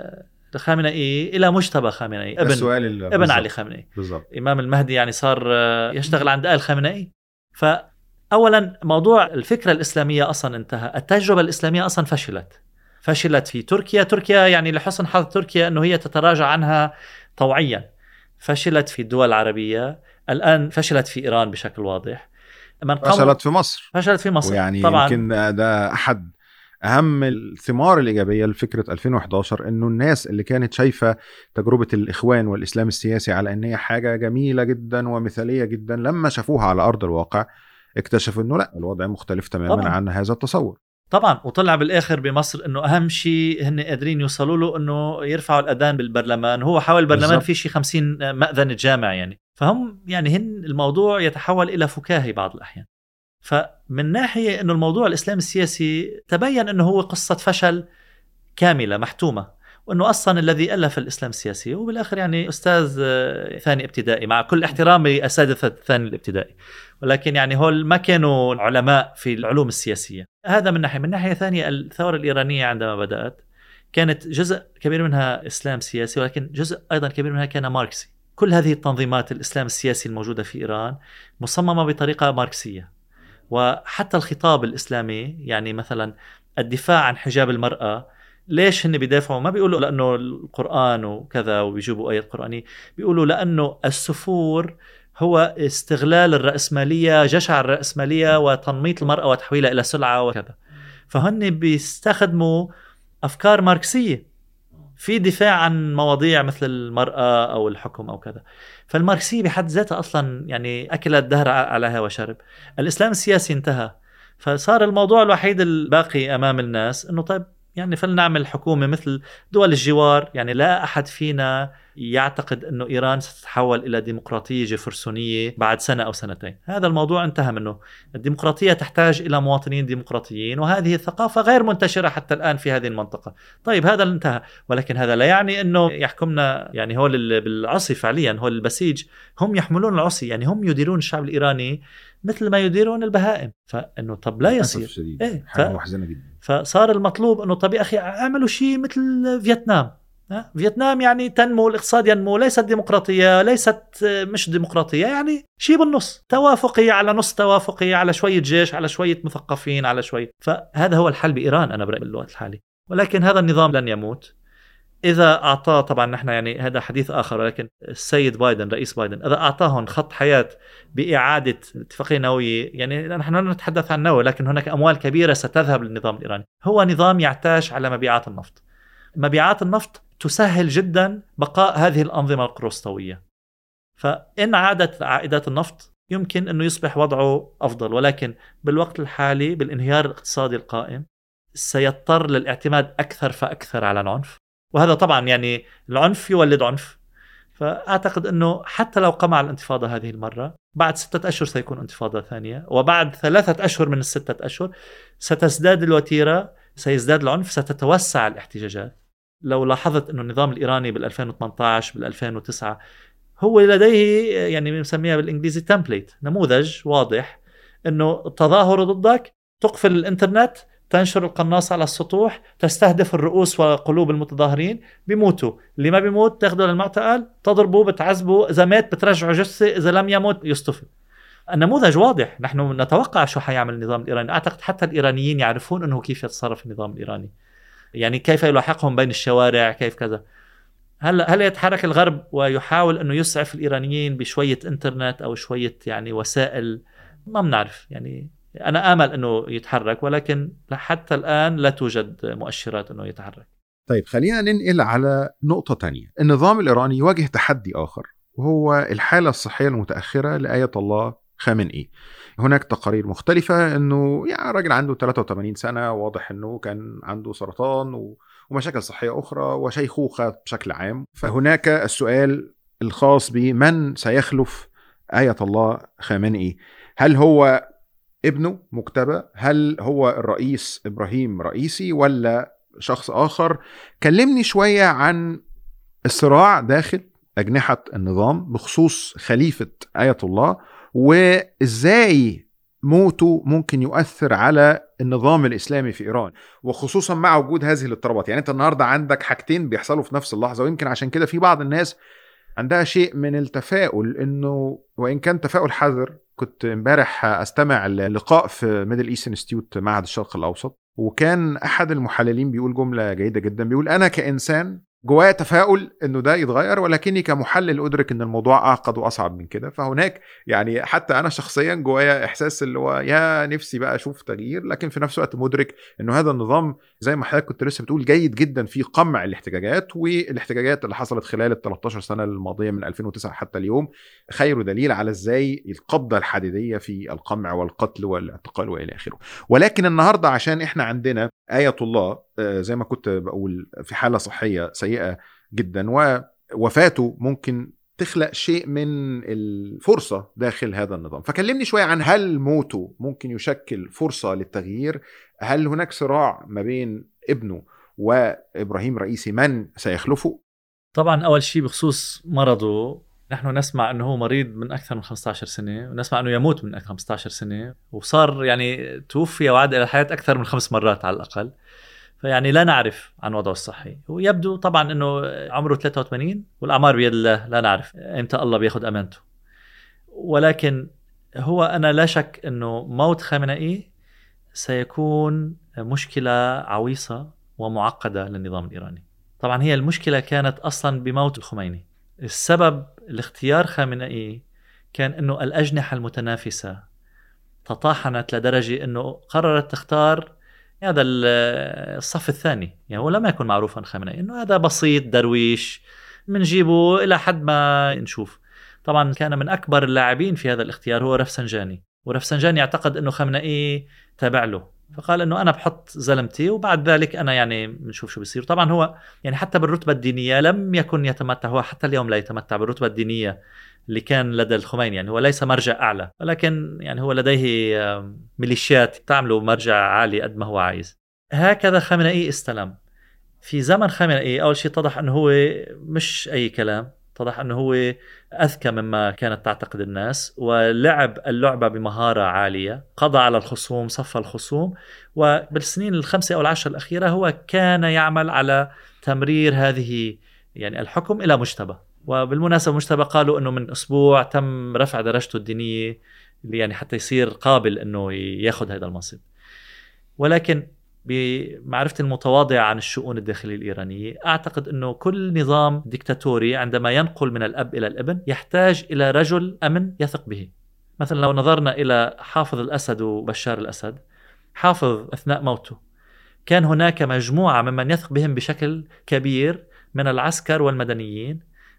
خامنئي إلى مجتبى خامنئي ابن, ابن علي خامنئي. بالضبط. إمام المهدي يعني صار يشتغل عند آل خامنئي. فأولا موضوع الفكرة الإسلامية أصلا انتهى، التجربة الإسلامية أصلا فشلت فشلت في تركيا. تركيا يعني لحسن حظ تركيا أنه هي تتراجع عنها طوعيا. فشلت في الدول العربية، الآن فشلت في إيران بشكل واضح، فشلت في مصر فشلت في مصر ويعني طبعا. يمكن ده أحد أهم الثمار الإيجابية لفكرة ألفين وإحدى عشر، إنه الناس اللي كانت شايفة تجربة الإخوان والإسلام السياسي على إن هي حاجة جميلة جدا ومثالية جدا، لما شافوها على أرض الواقع اكتشفوا إنه لا، الوضع مختلف تماما طبعا. عن هذا التصور طبعا. وطلع بالآخر بمصر إنه أهم شيء هن قادرين يوصلوا له إنه يرفعوا الأذان بالبرلمان. هو حاول البرلمان في شيء خمسين مأذن جامع يعني. فهم يعني هن الموضوع يتحول إلى فكاهي بعض الأحيان. فمن ناحية إنه الموضوع الإسلام السياسي تبين إنه هو قصة فشل كاملة محتومة، وإنه أصلا الذي ألف الإسلام السياسي وبالآخر يعني أستاذ ثاني ابتدائي، مع كل احترامي أساتذة ثاني الابتدائي، ولكن يعني هول ما كانوا علماء في العلوم السياسية. هذا من ناحية. من ناحية ثانية الثورة الإيرانية عندما بدأت كانت جزء كبير منها إسلام سياسي، ولكن جزء أيضا كبير منها كان ماركسي. كل هذه التنظيمات الإسلام السياسي الموجودة في إيران مصممة بطريقة ماركسية. وحتى الخطاب الإسلامي يعني مثلا الدفاع عن حجاب المرأة، ليش هن بيدافعوا؟ ما بيقولوا لأنه القرآن وكذا وبيجيبوا آيات قرآنية، بيقولوا لأنه السفور هو استغلال الرأسمالية، جشع الرأسمالية وتنميط المرأة وتحويلها إلى سلعة وكذا. فهن بيستخدموا أفكار ماركسية في دفاع عن مواضيع مثل المرأة أو الحكم أو كذا. فالماركسية بحد ذاتها أصلا يعني أكلت دهر عليها وشرب. الإسلام السياسي انتهى، فصار الموضوع الوحيد الباقي أمام الناس إنه طيب يعني فلنعمل حكومة مثل دول الجوار. يعني لا أحد فينا يعتقد أنه إيران ستتحول إلى ديمقراطية جفرسونية بعد سنة أو سنتين. هذا الموضوع انتهى منه. الديمقراطية تحتاج إلى مواطنين ديمقراطيين، وهذه الثقافة غير منتشرة حتى الآن في هذه المنطقة. طيب هذا انتهى، ولكن هذا لا يعني أنه يحكمنا يعني هو بالعصي فعليا، هو البسيج هم يحملون العصي، يعني هم يديرون الشعب الإيراني مثل ما يديرون البهائم. فإنه طب لا يصير إيه حاجة محزنة جدا. فصار المطلوب أنه طب يا أخي اعملوا شيء مثل فيتنام. فيتنام يعني تنمو، الاقتصاد ينمو، ليست ديمقراطية، ليست مش ديمقراطية، يعني شيء بالنص، توافقية على نص توافقية، على شوية جيش، على شوية مثقفين، على شوية. فهذا هو الحل بإيران أنا برأيي بالوقت الحالي. ولكن هذا النظام لن يموت إذا أعطاه، طبعا نحن يعني هذا حديث آخر، ولكن السيد بايدن رئيس بايدن إذا أعطاهم خط حياة بإعادة اتفاقية نووية، يعني نحن لا نتحدث عن نووي، لكن هناك أموال كبيرة ستذهب للنظام الإيراني. هو نظام يعتاش على مبيعات النفط. مبيعات النفط تسهل جدا بقاء هذه الأنظمة القروسطوية. فإن عادت عائدات النفط يمكن أنه يصبح وضعه أفضل، ولكن بالوقت الحالي بالانهيار الاقتصادي القائم سيضطر للاعتماد أكثر فأكثر على العنف، وهذا طبعا يعني العنف يولد عنف. فأعتقد أنه حتى لو قمع الانتفاضة هذه المرة، بعد ستة أشهر سيكون انتفاضة ثانية، وبعد ثلاثة أشهر من الستة أشهر ستزداد الوتيرة، سيزداد العنف، ستتوسع الاحتجاجات. لو لاحظت أنه النظام الإيراني بالألفين وثمانية عشر بالألفين وتسعة هو لديه يعني بنسميها بالإنجليزي تمبليت، نموذج واضح أنه التظاهر ضدك تقفل الإنترنت، تنشر القناص على السطوح، تستهدف الرؤوس وقلوب المتظاهرين، بيموتوا، اللي ما بيموت تاخده للمعتقل، تضربه، بتعذبه، إذا مات بترجعه جثة، إذا لم يموت يصطفل. النموذج واضح، نحن نتوقع شو حيعمل النظام الإيراني. أعتقد حتى الإيرانيين يعرفون أنه كيف يتصرف النظام الإيراني، يعني كيف يلاحقهم بين الشوارع، كيف كذا. هل هل يتحرك الغرب ويحاول أنه يسعف الإيرانيين بشوية إنترنت أو شوية يعني وسائل؟ ما بنعرف. يعني أنا آمل أنه يتحرك، ولكن حتى الآن لا توجد مؤشرات أنه يتحرك. طيب خلينا ننقل على نقطة تانية. النظام الإيراني يواجه تحدي آخر، وهو الحالة الصحية المتأخرة لآية الله خامنئي. هناك تقارير مختلفة أنه يعني راجل عنده ثلاثة وثمانين سنة، واضح أنه كان عنده سرطان و... ومشاكل صحية أخرى وشيخوخة بشكل عام. فهناك السؤال الخاص بمن سيخلف آية الله خامنئي. هل هو ابنه مجتبى؟ هل هو الرئيس إبراهيم رئيسي ولا شخص آخر؟ كلمني شوية عن الصراع داخل أجنحة النظام بخصوص خليفة آية الله، وإزاي موته ممكن يؤثر على النظام الإسلامي في إيران، وخصوصا مع وجود هذه الاضطرابات. يعني أنت النهاردة عندك حاجتين بيحصلوا في نفس اللحظة، ويمكن عشان كده في بعض الناس عندها شيء من التفاؤل، إنه وإن كان تفاؤل حذر. كنت امبارح استمع للقاء في ميدل ايست انستيتيوت معهد الشرق الأوسط، وكان أحد المحللين بيقول جملة جيدة جدا، بيقول أنا كإنسان جوايا تفاؤل انه ده يتغير، ولكني كمحلل ادرك ان الموضوع اعقد واصعب من كده. فهناك يعني حتى انا شخصيا جوايا احساس اللي هو يا نفسي بقى اشوف تغيير، لكن في نفس الوقت مدرك انه هذا النظام زي ما حضرتك كنت لسه بتقول جيد جدا في قمع الاحتجاجات، والاحتجاجات اللي حصلت خلال ال ثلاثة عشر سنة الماضية من ألفين وتسعة حتى اليوم خير دليل على ازاي القبضة الحديدية في القمع والقتل والاعتقال والى اخره. ولكن النهاردة عشان احنا عندنا آية الله زي ما كنت بقول في حالة صحية سيئة جدا، ووفاته ممكن تخلق شيء من الفرصة داخل هذا النظام. فكلمني شوية عن هل موته ممكن يشكل فرصة للتغيير؟ هل هناك صراع ما بين ابنه وإبراهيم رئيسي من سيخلفه؟ طبعا أول شيء بخصوص مرضه، نحن نسمع أنه هو مريض من أكثر من خمسة عشر سنة، ونسمع أنه يموت من أكثر من خمسة عشر سنة، وصار يعني توفي وعاد إلى الحياة أكثر من خمس مرات على الأقل. فيعني لا نعرف عن وضعه الصحي. ويبدو طبعا أنه عمره ثلاثة وثمانين، والأعمار بيد الله، لا نعرف إمتى الله بياخد أمانته. ولكن هو أنا لا شك أنه موت خامنئي سيكون مشكلة عويصة ومعقدة للنظام الإيراني. طبعا هي المشكلة كانت أصلا بموت الخميني. السبب الاختيار خامنئي كان أنه الأجنحة المتنافسة تطاحنت لدرجة أنه قررت تختار هذا الصف الثاني. يعني هو لم يكن معروفا خامنئي أنه هذا بسيط درويش منجيبه إلى حد ما نشوف. طبعا كان من أكبر اللاعبين في هذا الاختيار هو رفسنجاني، ورفسنجاني يعتقد أنه خامنئي تابع له، فقال أنه أنا بحط زلمتي وبعد ذلك أنا يعني بنشوف شو بيصير. طبعا هو يعني حتى بالرتبة الدينية لم يكن يتمتع، هو حتى اليوم لا يتمتع بالرتبة الدينية اللي كان لدى الخميني. يعني هو ليس مرجع أعلى، ولكن يعني هو لديه ميليشيات تعمله مرجع عالي قد ما هو عايز. هكذا خامنئي استلم. في زمن خامنئي أول شيء اتضح أنه هو مش أي كلام، اتضح أنه هو أذكى مما كانت تعتقد الناس، ولعب اللعبة بمهارة عالية، قضى على الخصوم، صف الخصوم. وبالسنين الخمسة أو العشر الأخيرة هو كان يعمل على تمرير هذه يعني الحكم إلى مجتبى. وبالمناسبة مجتبى قالوا أنه من أسبوع تم رفع درجته الدينية يعني حتى يصير قابل أنه يأخذ هذا المنصب. ولكن بمعرفتي المتواضعة عن الشؤون الداخلية الإيرانية أعتقد أنه كل نظام ديكتاتوري عندما ينقل من الأب إلى الابن يحتاج إلى رجل أمن يثق به. مثلا لو نظرنا إلى حافظ الأسد وبشار الأسد، حافظ أثناء موته كان هناك مجموعة ممن يثق بهم بشكل كبير من العسكر والمدنيين،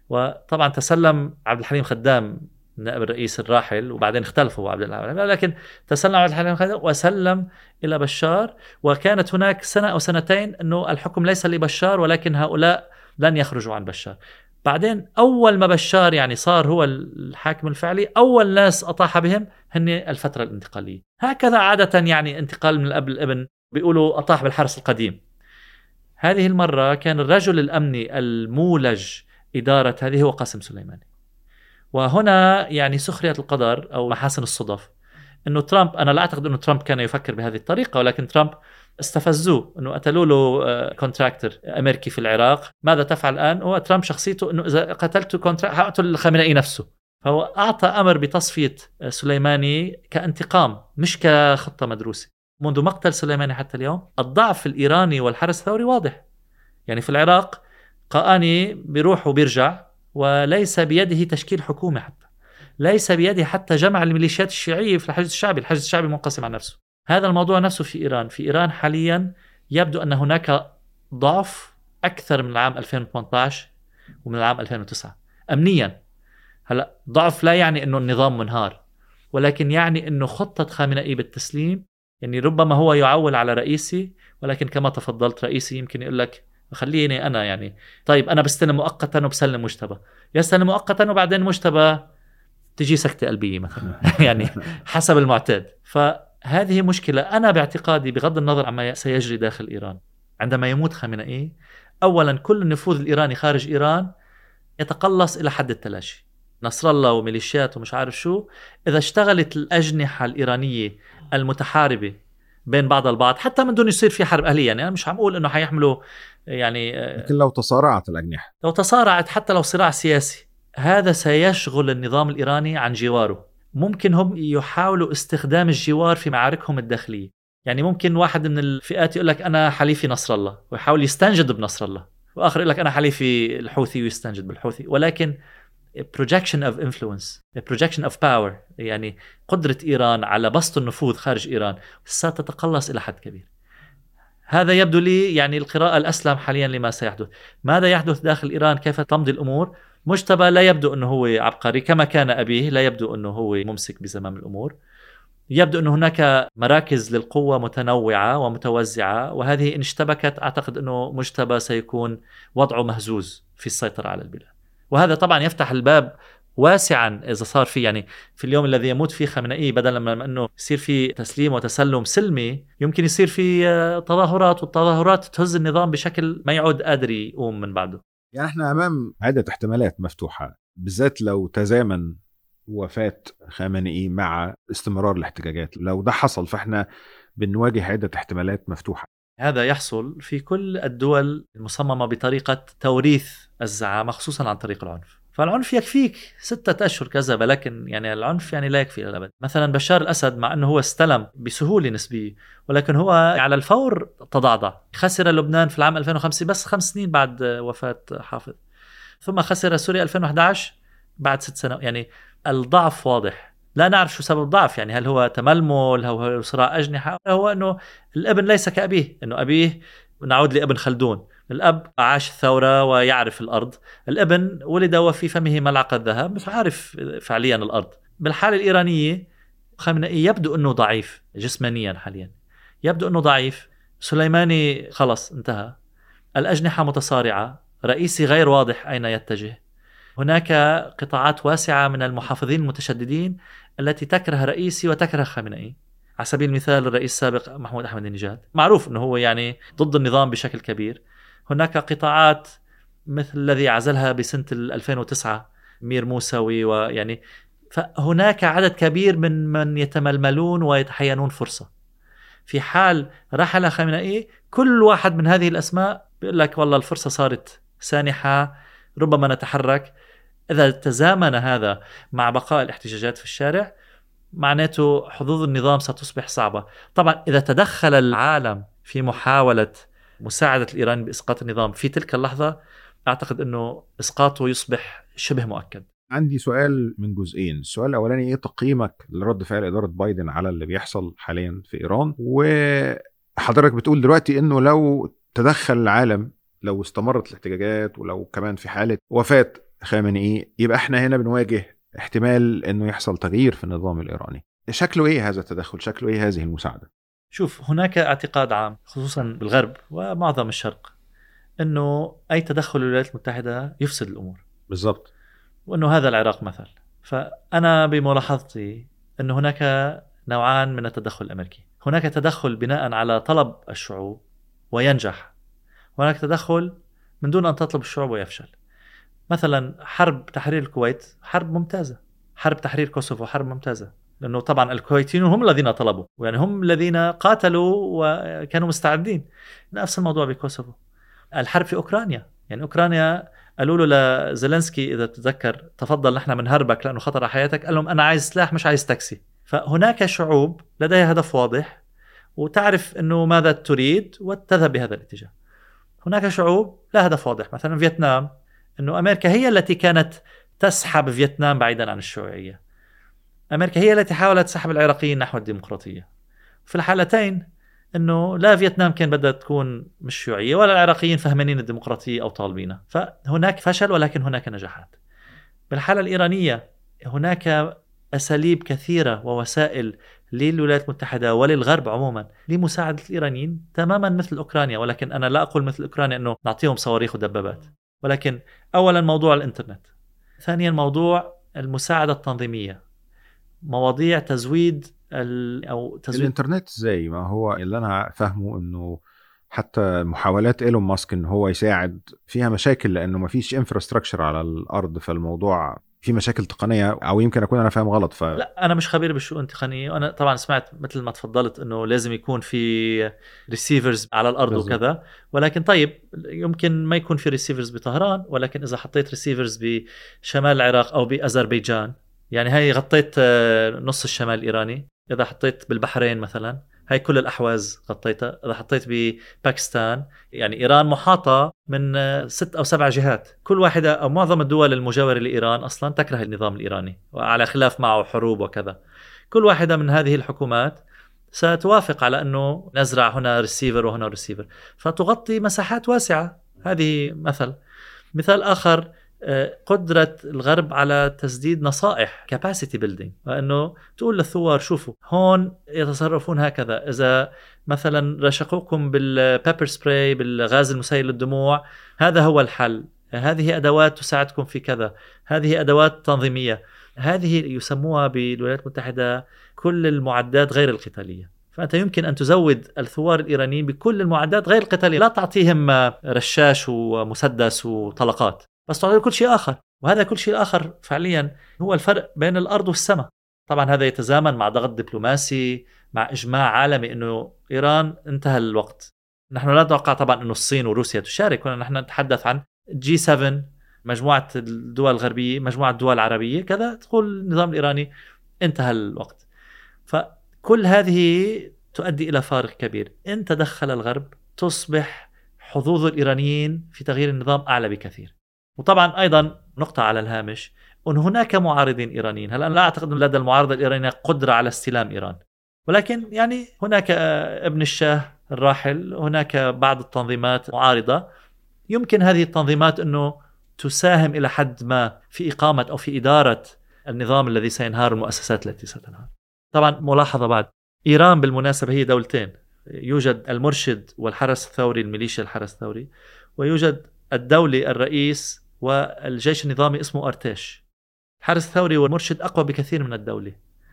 وطبعا تسلم عبد الحليم خدام نائب الرئيس الراحل، وبعدين اختلفوا عبد الحليم، لكن تسلم عبد الحليم خدام وسلم إلى بشار. وكانت هناك سنة أو سنتين أنه الحكم ليس لبشار ولكن هؤلاء لن يخرجوا عن بشار. بعدين أول ما بشار يعني صار هو الحاكم الفعلي، أول ناس أطاح بهم هن الفترة الانتقالية. هكذا عادة يعني انتقال من الأب للابن، بيقولوا أطاح بالحرس القديم. هذه المرة كان الرجل الأمني المولج إدارة هذه هو قاسم سليماني. وهنا يعني سخرية القدر أو محاسن الصدف أنه ترامب، أنا لا أعتقد أنه ترامب كان يفكر بهذه الطريقة، ولكن ترامب استفزوه أنه قتلوا له كونتراكتور أمريكي في العراق. ماذا تفعل الآن؟ هو ترامب شخصيته أنه إذا قتلت كونتراكتور هقتل الخامنئي نفسه. فهو أعطى أمر بتصفية سليماني كانتقام مش كخطة مدروسة. منذ مقتل سليماني حتى اليوم الضعف الإيراني والحرس الثوري واضح. يعني في العراق قآني بيروح وبيرجع، وليس بيده تشكيل حكومة، حتى ليس بيده حتى جمع الميليشيات الشيعية في الحشد الشعبي. الحشد الشعبي منقسم عن نفسه. هذا الموضوع نفسه في إيران. في إيران حاليا يبدو أن هناك ضعف أكثر من العام ألفين وثمانية عشر ومن العام ألفين وتسعة أمنيا. هلأ ضعف لا يعني أنه النظام منهار، ولكن يعني أنه خطة خامنئي بالتسليم، يعني ربما هو يعول على رئيسي، ولكن كما تفضلت رئيسي يمكن يقول لك خليني أنا يعني طيب أنا بستلم مؤقتا وبسلم مجتبى، يستلم مؤقتا وبعدين مجتبى تجي سكتة قلبية مثلا يعني حسب المعتاد. فهذه مشكلة. أنا باعتقادي بغض النظر عما سيجري داخل إيران عندما يموت خامنئي، أولا كل النفوذ الإيراني خارج إيران يتقلص إلى حد التلاشي. نصر الله وميليشيات ومش عارف شو، إذا اشتغلت الأجنحة الإيرانية المتحاربة بين بعض البعض حتى من دون يصير في حرب أهلية، يعني أنا مش عم أقول إنه حيحملوا يعني، لكن لو تصارعت الأجنحة، لو تصارعت حتى لو صراع سياسي، هذا سيشغل النظام الإيراني عن جواره. ممكن هم يحاولوا استخدام الجوار في معاركهم الداخلية. يعني ممكن واحد من الفئات يقول لك أنا حليفي نصر الله ويحاول يستنجد بنصر الله، وآخر يقول لك أنا حليفي الحوثي ويستنجد بالحوثي. ولكن projection of influence, projection of power، يعني قدرة إيران على بسط النفوذ خارج إيران ستتقلص إلى حد كبير. هذا يبدو لي يعني القراءة الأسلم حاليا لما سيحدث. ماذا يحدث داخل إيران؟ كيف تمضي الأمور؟ مجتبى لا يبدو أنه هو عبقري كما كان أبيه، لا يبدو أنه هو ممسك بزمام الأمور. يبدو أن هناك مراكز للقوة متنوعة ومتوزعة، وهذه إن اشتبكت أعتقد أنه مجتبى سيكون وضعه مهزوز في السيطرة على البلاد. وهذا طبعا يفتح الباب واسعا إذا صار في يعني في اليوم الذي يموت فيه خامنئي، بدلا من أنه يصير في تسليم وتسلم سلمي، يمكن يصير في تظاهرات، والتظاهرات تهز النظام بشكل ما يعود قادر يقوم من بعده. يعني احنا أمام عدة احتمالات مفتوحة، بالذات لو تزامن وفاة خامنئي مع استمرار الاحتجاجات. لو ده حصل فاحنا بنواجه عدة احتمالات مفتوحة. هذا يحصل في كل الدول المصممة بطريقة توريث الزعامة، خصوصا عن طريق العنف. فالعنف يكفيك ستة أشهر كذا، لكن يعني العنف يعني لا يكفي للأبد. مثلا بشار الأسد مع أنه هو استلم بسهولة نسبية، ولكن هو على الفور تضعضع. خسر لبنان في العام ألفين وخمسة بس خمس سنين بعد وفاة حافظ، ثم خسر سوريا ألفين وأحد عشر بعد ست سنوات. يعني الضعف واضح. لا نعرف شو سبب الضعف، يعني هل هو تململ، هل هو صراع أجنحة، هو أنه الابن ليس كأبيه. أنه أبيه، نعود لابن خلدون، الأب عاش الثورة ويعرف الأرض، الابن ولد وفي فمه ملعقة ذهب مش عارف فعليا الأرض. بالحالة الإيرانية خامنئي يبدو أنه ضعيف جسمانيا حاليا، يبدو أنه ضعيف. سليماني خلص انتهى، الأجنحة متصارعة، رئيسي غير واضح أين يتجه. هناك قطاعات واسعة من المحافظين المتشددين التي تكره رئيسي وتكره خامنئي. على سبيل المثال الرئيس السابق محمود أحمد النجاد معروف أنه هو يعني ضد النظام بشكل كبير. هناك قطاعات مثل الذي عزلها بسنة ألفين وتسعة مير موسوي، ويعني فهناك عدد كبير من من يتململون ويتحينون فرصة. في حال رحل خامنئي كل واحد من هذه الأسماء بيقول لك والله الفرصة صارت سانحة، ربما نتحرك. إذا تزامن هذا مع بقاء الاحتجاجات في الشارع معناته حظوظ النظام ستصبح صعبة. طبعا إذا تدخل العالم في محاولة مساعدة الإيران بإسقاط النظام في تلك اللحظة، أعتقد أنه إسقاطه يصبح شبه مؤكد. عندي سؤال من جزئين. السؤال الأولاني، إيه تقييمك لرد فعل إدارة بايدن على اللي بيحصل حاليا في إيران؟ وحضرتك بتقول دلوقتي أنه لو تدخل العالم، لو استمرت الاحتجاجات، ولو كمان في حالة وفاة خامنئي، يبقى احنا هنا بنواجه احتمال انه يحصل تغيير في النظام الإيراني. شكله ايه هذا التدخل؟ شكله ايه هذه المساعدة؟ شوف، هناك اعتقاد عام خصوصا بالغرب ومعظم الشرق انه اي تدخل الولايات المتحدة يفسد الامور. بالضبط. وانه هذا العراق مثل. فانا بملاحظتي انه هناك نوعان من التدخل الامريكي. هناك تدخل بناء على طلب الشعوب وينجح، وهناك تدخل من دون ان تطلب الشعوب ويفشل. مثلا حرب تحرير الكويت حرب ممتازة، حرب تحرير كوسوفو حرب ممتازة، لأنه طبعا الكويتيين هم الذين طلبوا، يعني هم الذين قاتلوا وكانوا مستعدين. نفس الموضوع بكوسوفو. الحرب في أوكرانيا، يعني أوكرانيا قالوا له لزيلنسكي إذا تتذكر تفضل نحن بنهربك لأنه خطر على حياتك، قال لهم أنا عايز سلاح مش عايز تاكسي. فهناك شعوب لديها هدف واضح وتعرف أنه ماذا تريد وتذهب بهذا الاتجاه. هناك شعوب لا هدف واضح، مثلا فيتنام، أنه أمريكا هي التي كانت تسحب فيتنام بعيدا عن الشيوعية. أمريكا هي التي حاولت سحب العراقيين نحو الديمقراطية. في الحالتين أنه لا فيتنام كان بدها تكون مش شيوعية ولا العراقيين فهمانين الديمقراطية أو طالبينها. فهناك فشل ولكن هناك نجاحات. بالحالة الإيرانية هناك أساليب كثيرة ووسائل للولايات المتحدة وللغرب عموما لمساعدة الإيرانيين تماما مثل أوكرانيا، ولكن أنا لا أقول مثل أوكرانيا أنه نعطيهم صواريخ ودبابات. ولكن أولا موضوع الإنترنت، ثانيا موضوع المساعدة التنظيمية، مواضيع تزويد ال... أو تزويد الإنترنت. زي ما هو اللي أنا فهمه أنه حتى محاولات إيلون ماسك أنه هو يساعد فيها مشاكل لأنه ما فيش انفراستراكشر على الأرض، فالموضوع في مشاكل تقنية، أو يمكن أكون أنا فاهم غلط. ف... لا أنا مش خبير بالشؤون التقنية. أنا طبعا سمعت مثل ما تفضلت أنه لازم يكون في ريسيفرز على الأرض بالزبط. وكذا، ولكن طيب يمكن ما يكون في ريسيفرز بطهران، ولكن إذا حطيت ريسيفرز بشمال العراق أو بأذربيجان، يعني هاي غطيت نص الشمال الإيراني. إذا حطيت بالبحرين مثلا هاي كل الأحواز غطيتها. إذا حطيت بباكستان، يعني إيران محاطة من ست أو سبع جهات، كل واحدة أو معظم الدول المجاورة لإيران أصلا تكره النظام الإيراني وعلى خلاف معه حروب وكذا. كل واحدة من هذه الحكومات ستوافق على أنه نزرع هنا ريسيفر وهنا ريسيفر، فتغطي مساحات واسعة. هذه مثل. مثال آخر، قدرة الغرب على تسديد نصائح capacity building، وأنه تقول للثوار شوفوا هون يتصرفون هكذا، إذا مثلا رشقوكم بالبيبر سبراي بالغاز المسيل للدموع هذا هو الحل، هذه أدوات تساعدكم في كذا، هذه أدوات تنظيمية. هذه يسموها بالولايات المتحدة كل المعدات غير القتالية. فأنت يمكن أن تزود الثوار الإيرانيين بكل المعدات غير القتالية، لا تعطيهم رشاش ومسدس وطلقات، بس تعطيه كل شيء آخر. وهذا كل شيء آخر فعليا هو الفرق بين الأرض والسماء. طبعا هذا يتزامن مع ضغط دبلوماسي، مع إجماع عالمي أنه إيران انتهى الوقت. نحن لا نتوقع طبعا أنه الصين وروسيا تشارك، ونحن نتحدث عن جي سبعة، مجموعة الدول الغربية، مجموعة الدول العربية كذا، تقول النظام الإيراني انتهى الوقت. فكل هذه تؤدي إلى فارق كبير. إن تدخل الغرب تصبح حظوظ الإيرانيين في تغيير النظام أعلى بكثير. وطبعا أيضا نقطة على الهامش، أن هناك معارضين إيرانيين. هل أنا لا أعتقد أن لدى المعارضة الإيرانية قدرة على استلام إيران، ولكن يعني هناك ابن الشاه الراحل، هناك بعض التنظيمات معارضة. يمكن هذه التنظيمات أنه تساهم إلى حد ما في إقامة أو في إدارة النظام الذي سينهار، المؤسسات التي ستنهار. طبعا ملاحظة بعد، إيران بالمناسبة هي دولتين، يوجد المرشد والحرس الثوري، الميليشيا الحرس الثوري، ويوجد الدولي الرئيس والجيش النظامي اسمه أرتيش. الحرس الثوري والمرشد أقوى بكثير من الدولي.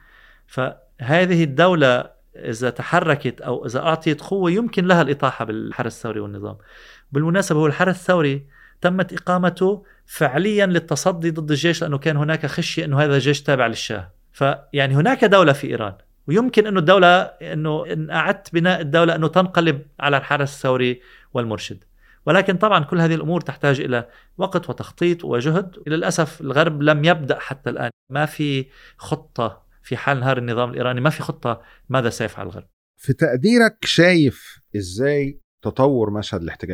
فهذه الدولة إذا تحركت أو إذا أعطيت قوة يمكن لها الإطاحة بالحرس الثوري والنظام. بالمناسبة هو الحرس الثوري تمت إقامته فعليا للتصدي ضد الجيش، لأنه كان هناك خشية أنه هذا الجيش تابع للشاه. فيعني هناك دولة في إيران، ويمكن أنه الدولة أنه إن أعدت بناء الدولة أنه تنقلب على الحرس الثوري والمرشد. ولكن طبعا كل هذه الأمور تحتاج إلى وقت وتخطيط وجهد. للأسف الغرب لم يبدأ حتى الآن، ما في خطة في حال نهار النظام الإيراني، ما في خطة ماذا سيفعل الغرب. في تقديرك شايف إزاي تطور مشهد الاحتجاجات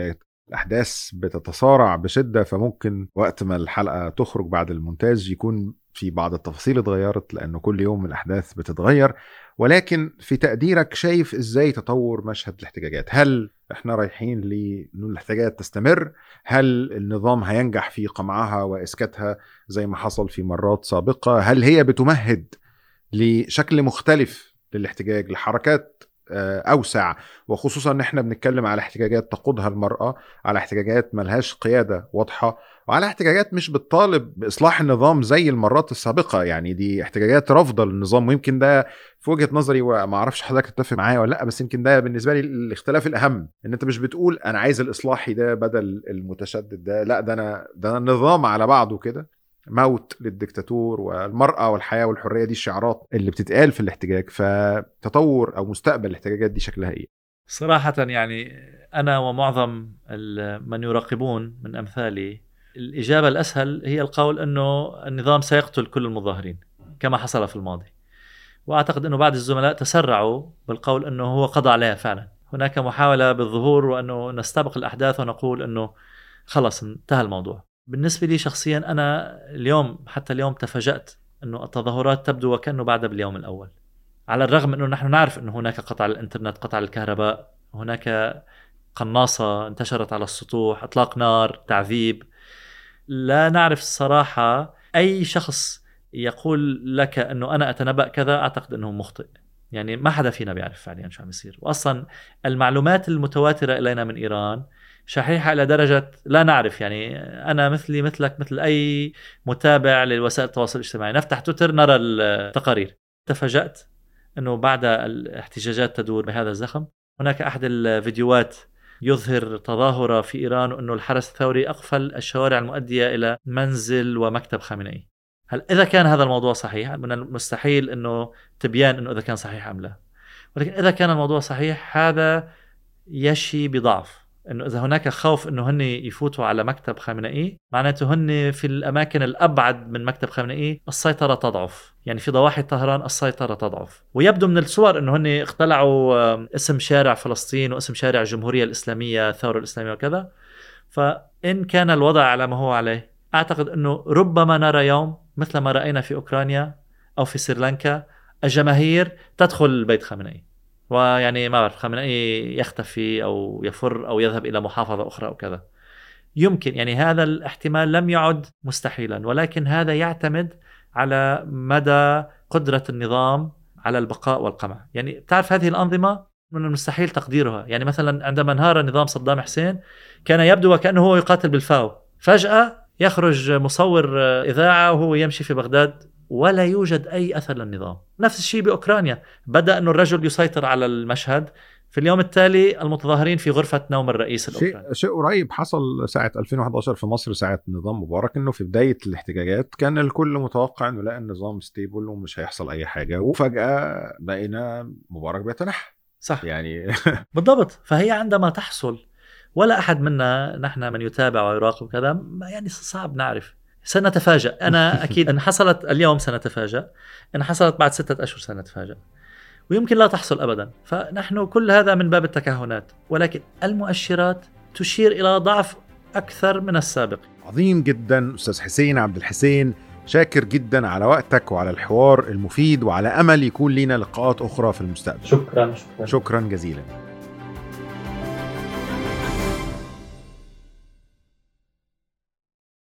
الأحداث بتتسارع بشدة، فممكن وقت ما الحلقة تخرج بعد المونتاج يكون في بعض التفاصيل اتغيرت، لأنه كل يوم الأحداث بتتغير. ولكن في تقديرك شايف إزاي تطور مشهد الاحتجاجات؟ هل إحنا رايحين لأنه الاحتجاجات تستمر؟ هل النظام هينجح في قمعها وإسكاتها زي ما حصل في مرات سابقة؟ هل هي بتمهد لشكل مختلف للاحتجاج، لحركات أوسع، وخصوصا ان احنا بنتكلم على احتجاجات تقودها المرأة، على احتجاجات ملهاش قيادة واضحة، وعلى احتجاجات مش بتطالب بإصلاح النظام زي المرات السابقة؟ يعني دي احتجاجات رافضة للنظام. ويمكن ده في وجهة نظري، وما اعرفش حضرتك تتفق معايا ولا لا، بس يمكن ده بالنسبة لي الاختلاف الأهم، ان انت مش بتقول انا عايز الإصلاحي ده بدل المتشدد ده، لا، ده انا ده النظام على بعضه كده، موت للدكتاتور والمرأة والحياة والحرية. دي الشعارات اللي بتتقال في الاحتجاج. فتطور أو مستقبل الاحتجاجات دي شكلها إيه؟ صراحة يعني أنا ومعظم من يراقبون من أمثالي، الإجابة الأسهل هي القول أنه النظام سيقتل كل المظاهرين كما حصل في الماضي. وأعتقد أنه بعض الزملاء تسرعوا بالقول أنه هو قضى عليها فعلا. هناك محاولة بالظهور وأنه نستبق الأحداث ونقول أنه خلص انتهى الموضوع. بالنسبة لي شخصيا أنا اليوم حتى اليوم تفاجأت أنه التظاهرات تبدو وكأنه بعد باليوم الأول، على الرغم أنه نحن نعرف أنه هناك قطع الإنترنت، قطع الكهرباء، هناك قناصة انتشرت على السطوح، إطلاق نار، تعذيب. لا نعرف الصراحة. أي شخص يقول لك أنه أنا أتنبأ كذا أعتقد أنه مخطئ. يعني ما حدا فينا بيعرف فعليا شو عم يصير. وأصلا المعلومات المتواترة إلينا من إيران شحيحة إلى درجة لا نعرف. يعني أنا مثلي مثلك مثل أي متابع للوسائل التواصل الاجتماعي، نفتح تويتر نرى التقارير. تفاجأت أنه بعد الاحتجاجات تدور بهذا الزخم، هناك أحد الفيديوهات يظهر تظاهرة في إيران أنه الحرس الثوري أقفل الشوارع المؤدية إلى منزل ومكتب خامنئي. هل إذا كان هذا الموضوع صحيح، من المستحيل أنه تبيان أنه إذا كان صحيح أم لا، ولكن إذا كان الموضوع صحيح هذا يشي بضعف. انه اذا هناك خوف انه هن يفوتوا على مكتب خامنئي، معناته هن في الاماكن الابعد من مكتب خامنئي السيطره تضعف. يعني في ضواحي طهران السيطره تضعف. ويبدو من الصور انه هن اقتلعوا اسم شارع فلسطين واسم شارع الجمهوريه الاسلاميه، الثوره الاسلاميه وكذا. فان كان الوضع على ما هو عليه، اعتقد انه ربما نرى يوم مثل ما راينا في اوكرانيا او في سريلانكا الجماهير تدخل بيت خامنئي، ويعني ما بعرف خامنئي يختفي أو يفر أو يذهب إلى محافظة أخرى أو كذا. يمكن يعني هذا الاحتمال لم يعد مستحيلا، ولكن هذا يعتمد على مدى قدرة النظام على البقاء والقمع. يعني تعرف هذه الأنظمة من المستحيل تقديرها. يعني مثلا عندما انهار نظام صدام حسين كان يبدو وكأنه هو يقاتل بالفاو، فجأة يخرج مصور إذاعة وهو يمشي في بغداد ولا يوجد أي أثر للنظام. نفس الشيء بأوكرانيا، بدأ أنه الرجل يسيطر على المشهد، في اليوم التالي المتظاهرين في غرفة نوم الرئيس الأوكراني. شيء, شيء قريب حصل ساعة ألفين وإحدى عشر في مصر ساعة نظام مبارك، أنه في بداية الاحتجاجات كان الكل متوقع أنه لا، النظام ستيبل ومش هيحصل أي حاجة، وفجأة بقينا مبارك بيتنحى. صح يعني بالضبط. فهي عندما تحصل ولا أحد منا نحن من يتابع ويراقب كذا، يعني صعب نعرف. سنتفاجأ. أنا أكيد إن حصلت اليوم سنتفاجأ، إن حصلت بعد ستة أشهر سنتفاجأ، ويمكن لا تحصل أبدا. فنحن كل هذا من باب التكهنات، ولكن المؤشرات تشير إلى ضعف أكثر من السابق. عظيم جدا أستاذ حسين عبد الحسين، شاكر جدا على وقتك وعلى الحوار المفيد، وعلى أمل يكون لنا لقاءات أخرى في المستقبل. شكرا شكرا, شكرا جزيلا.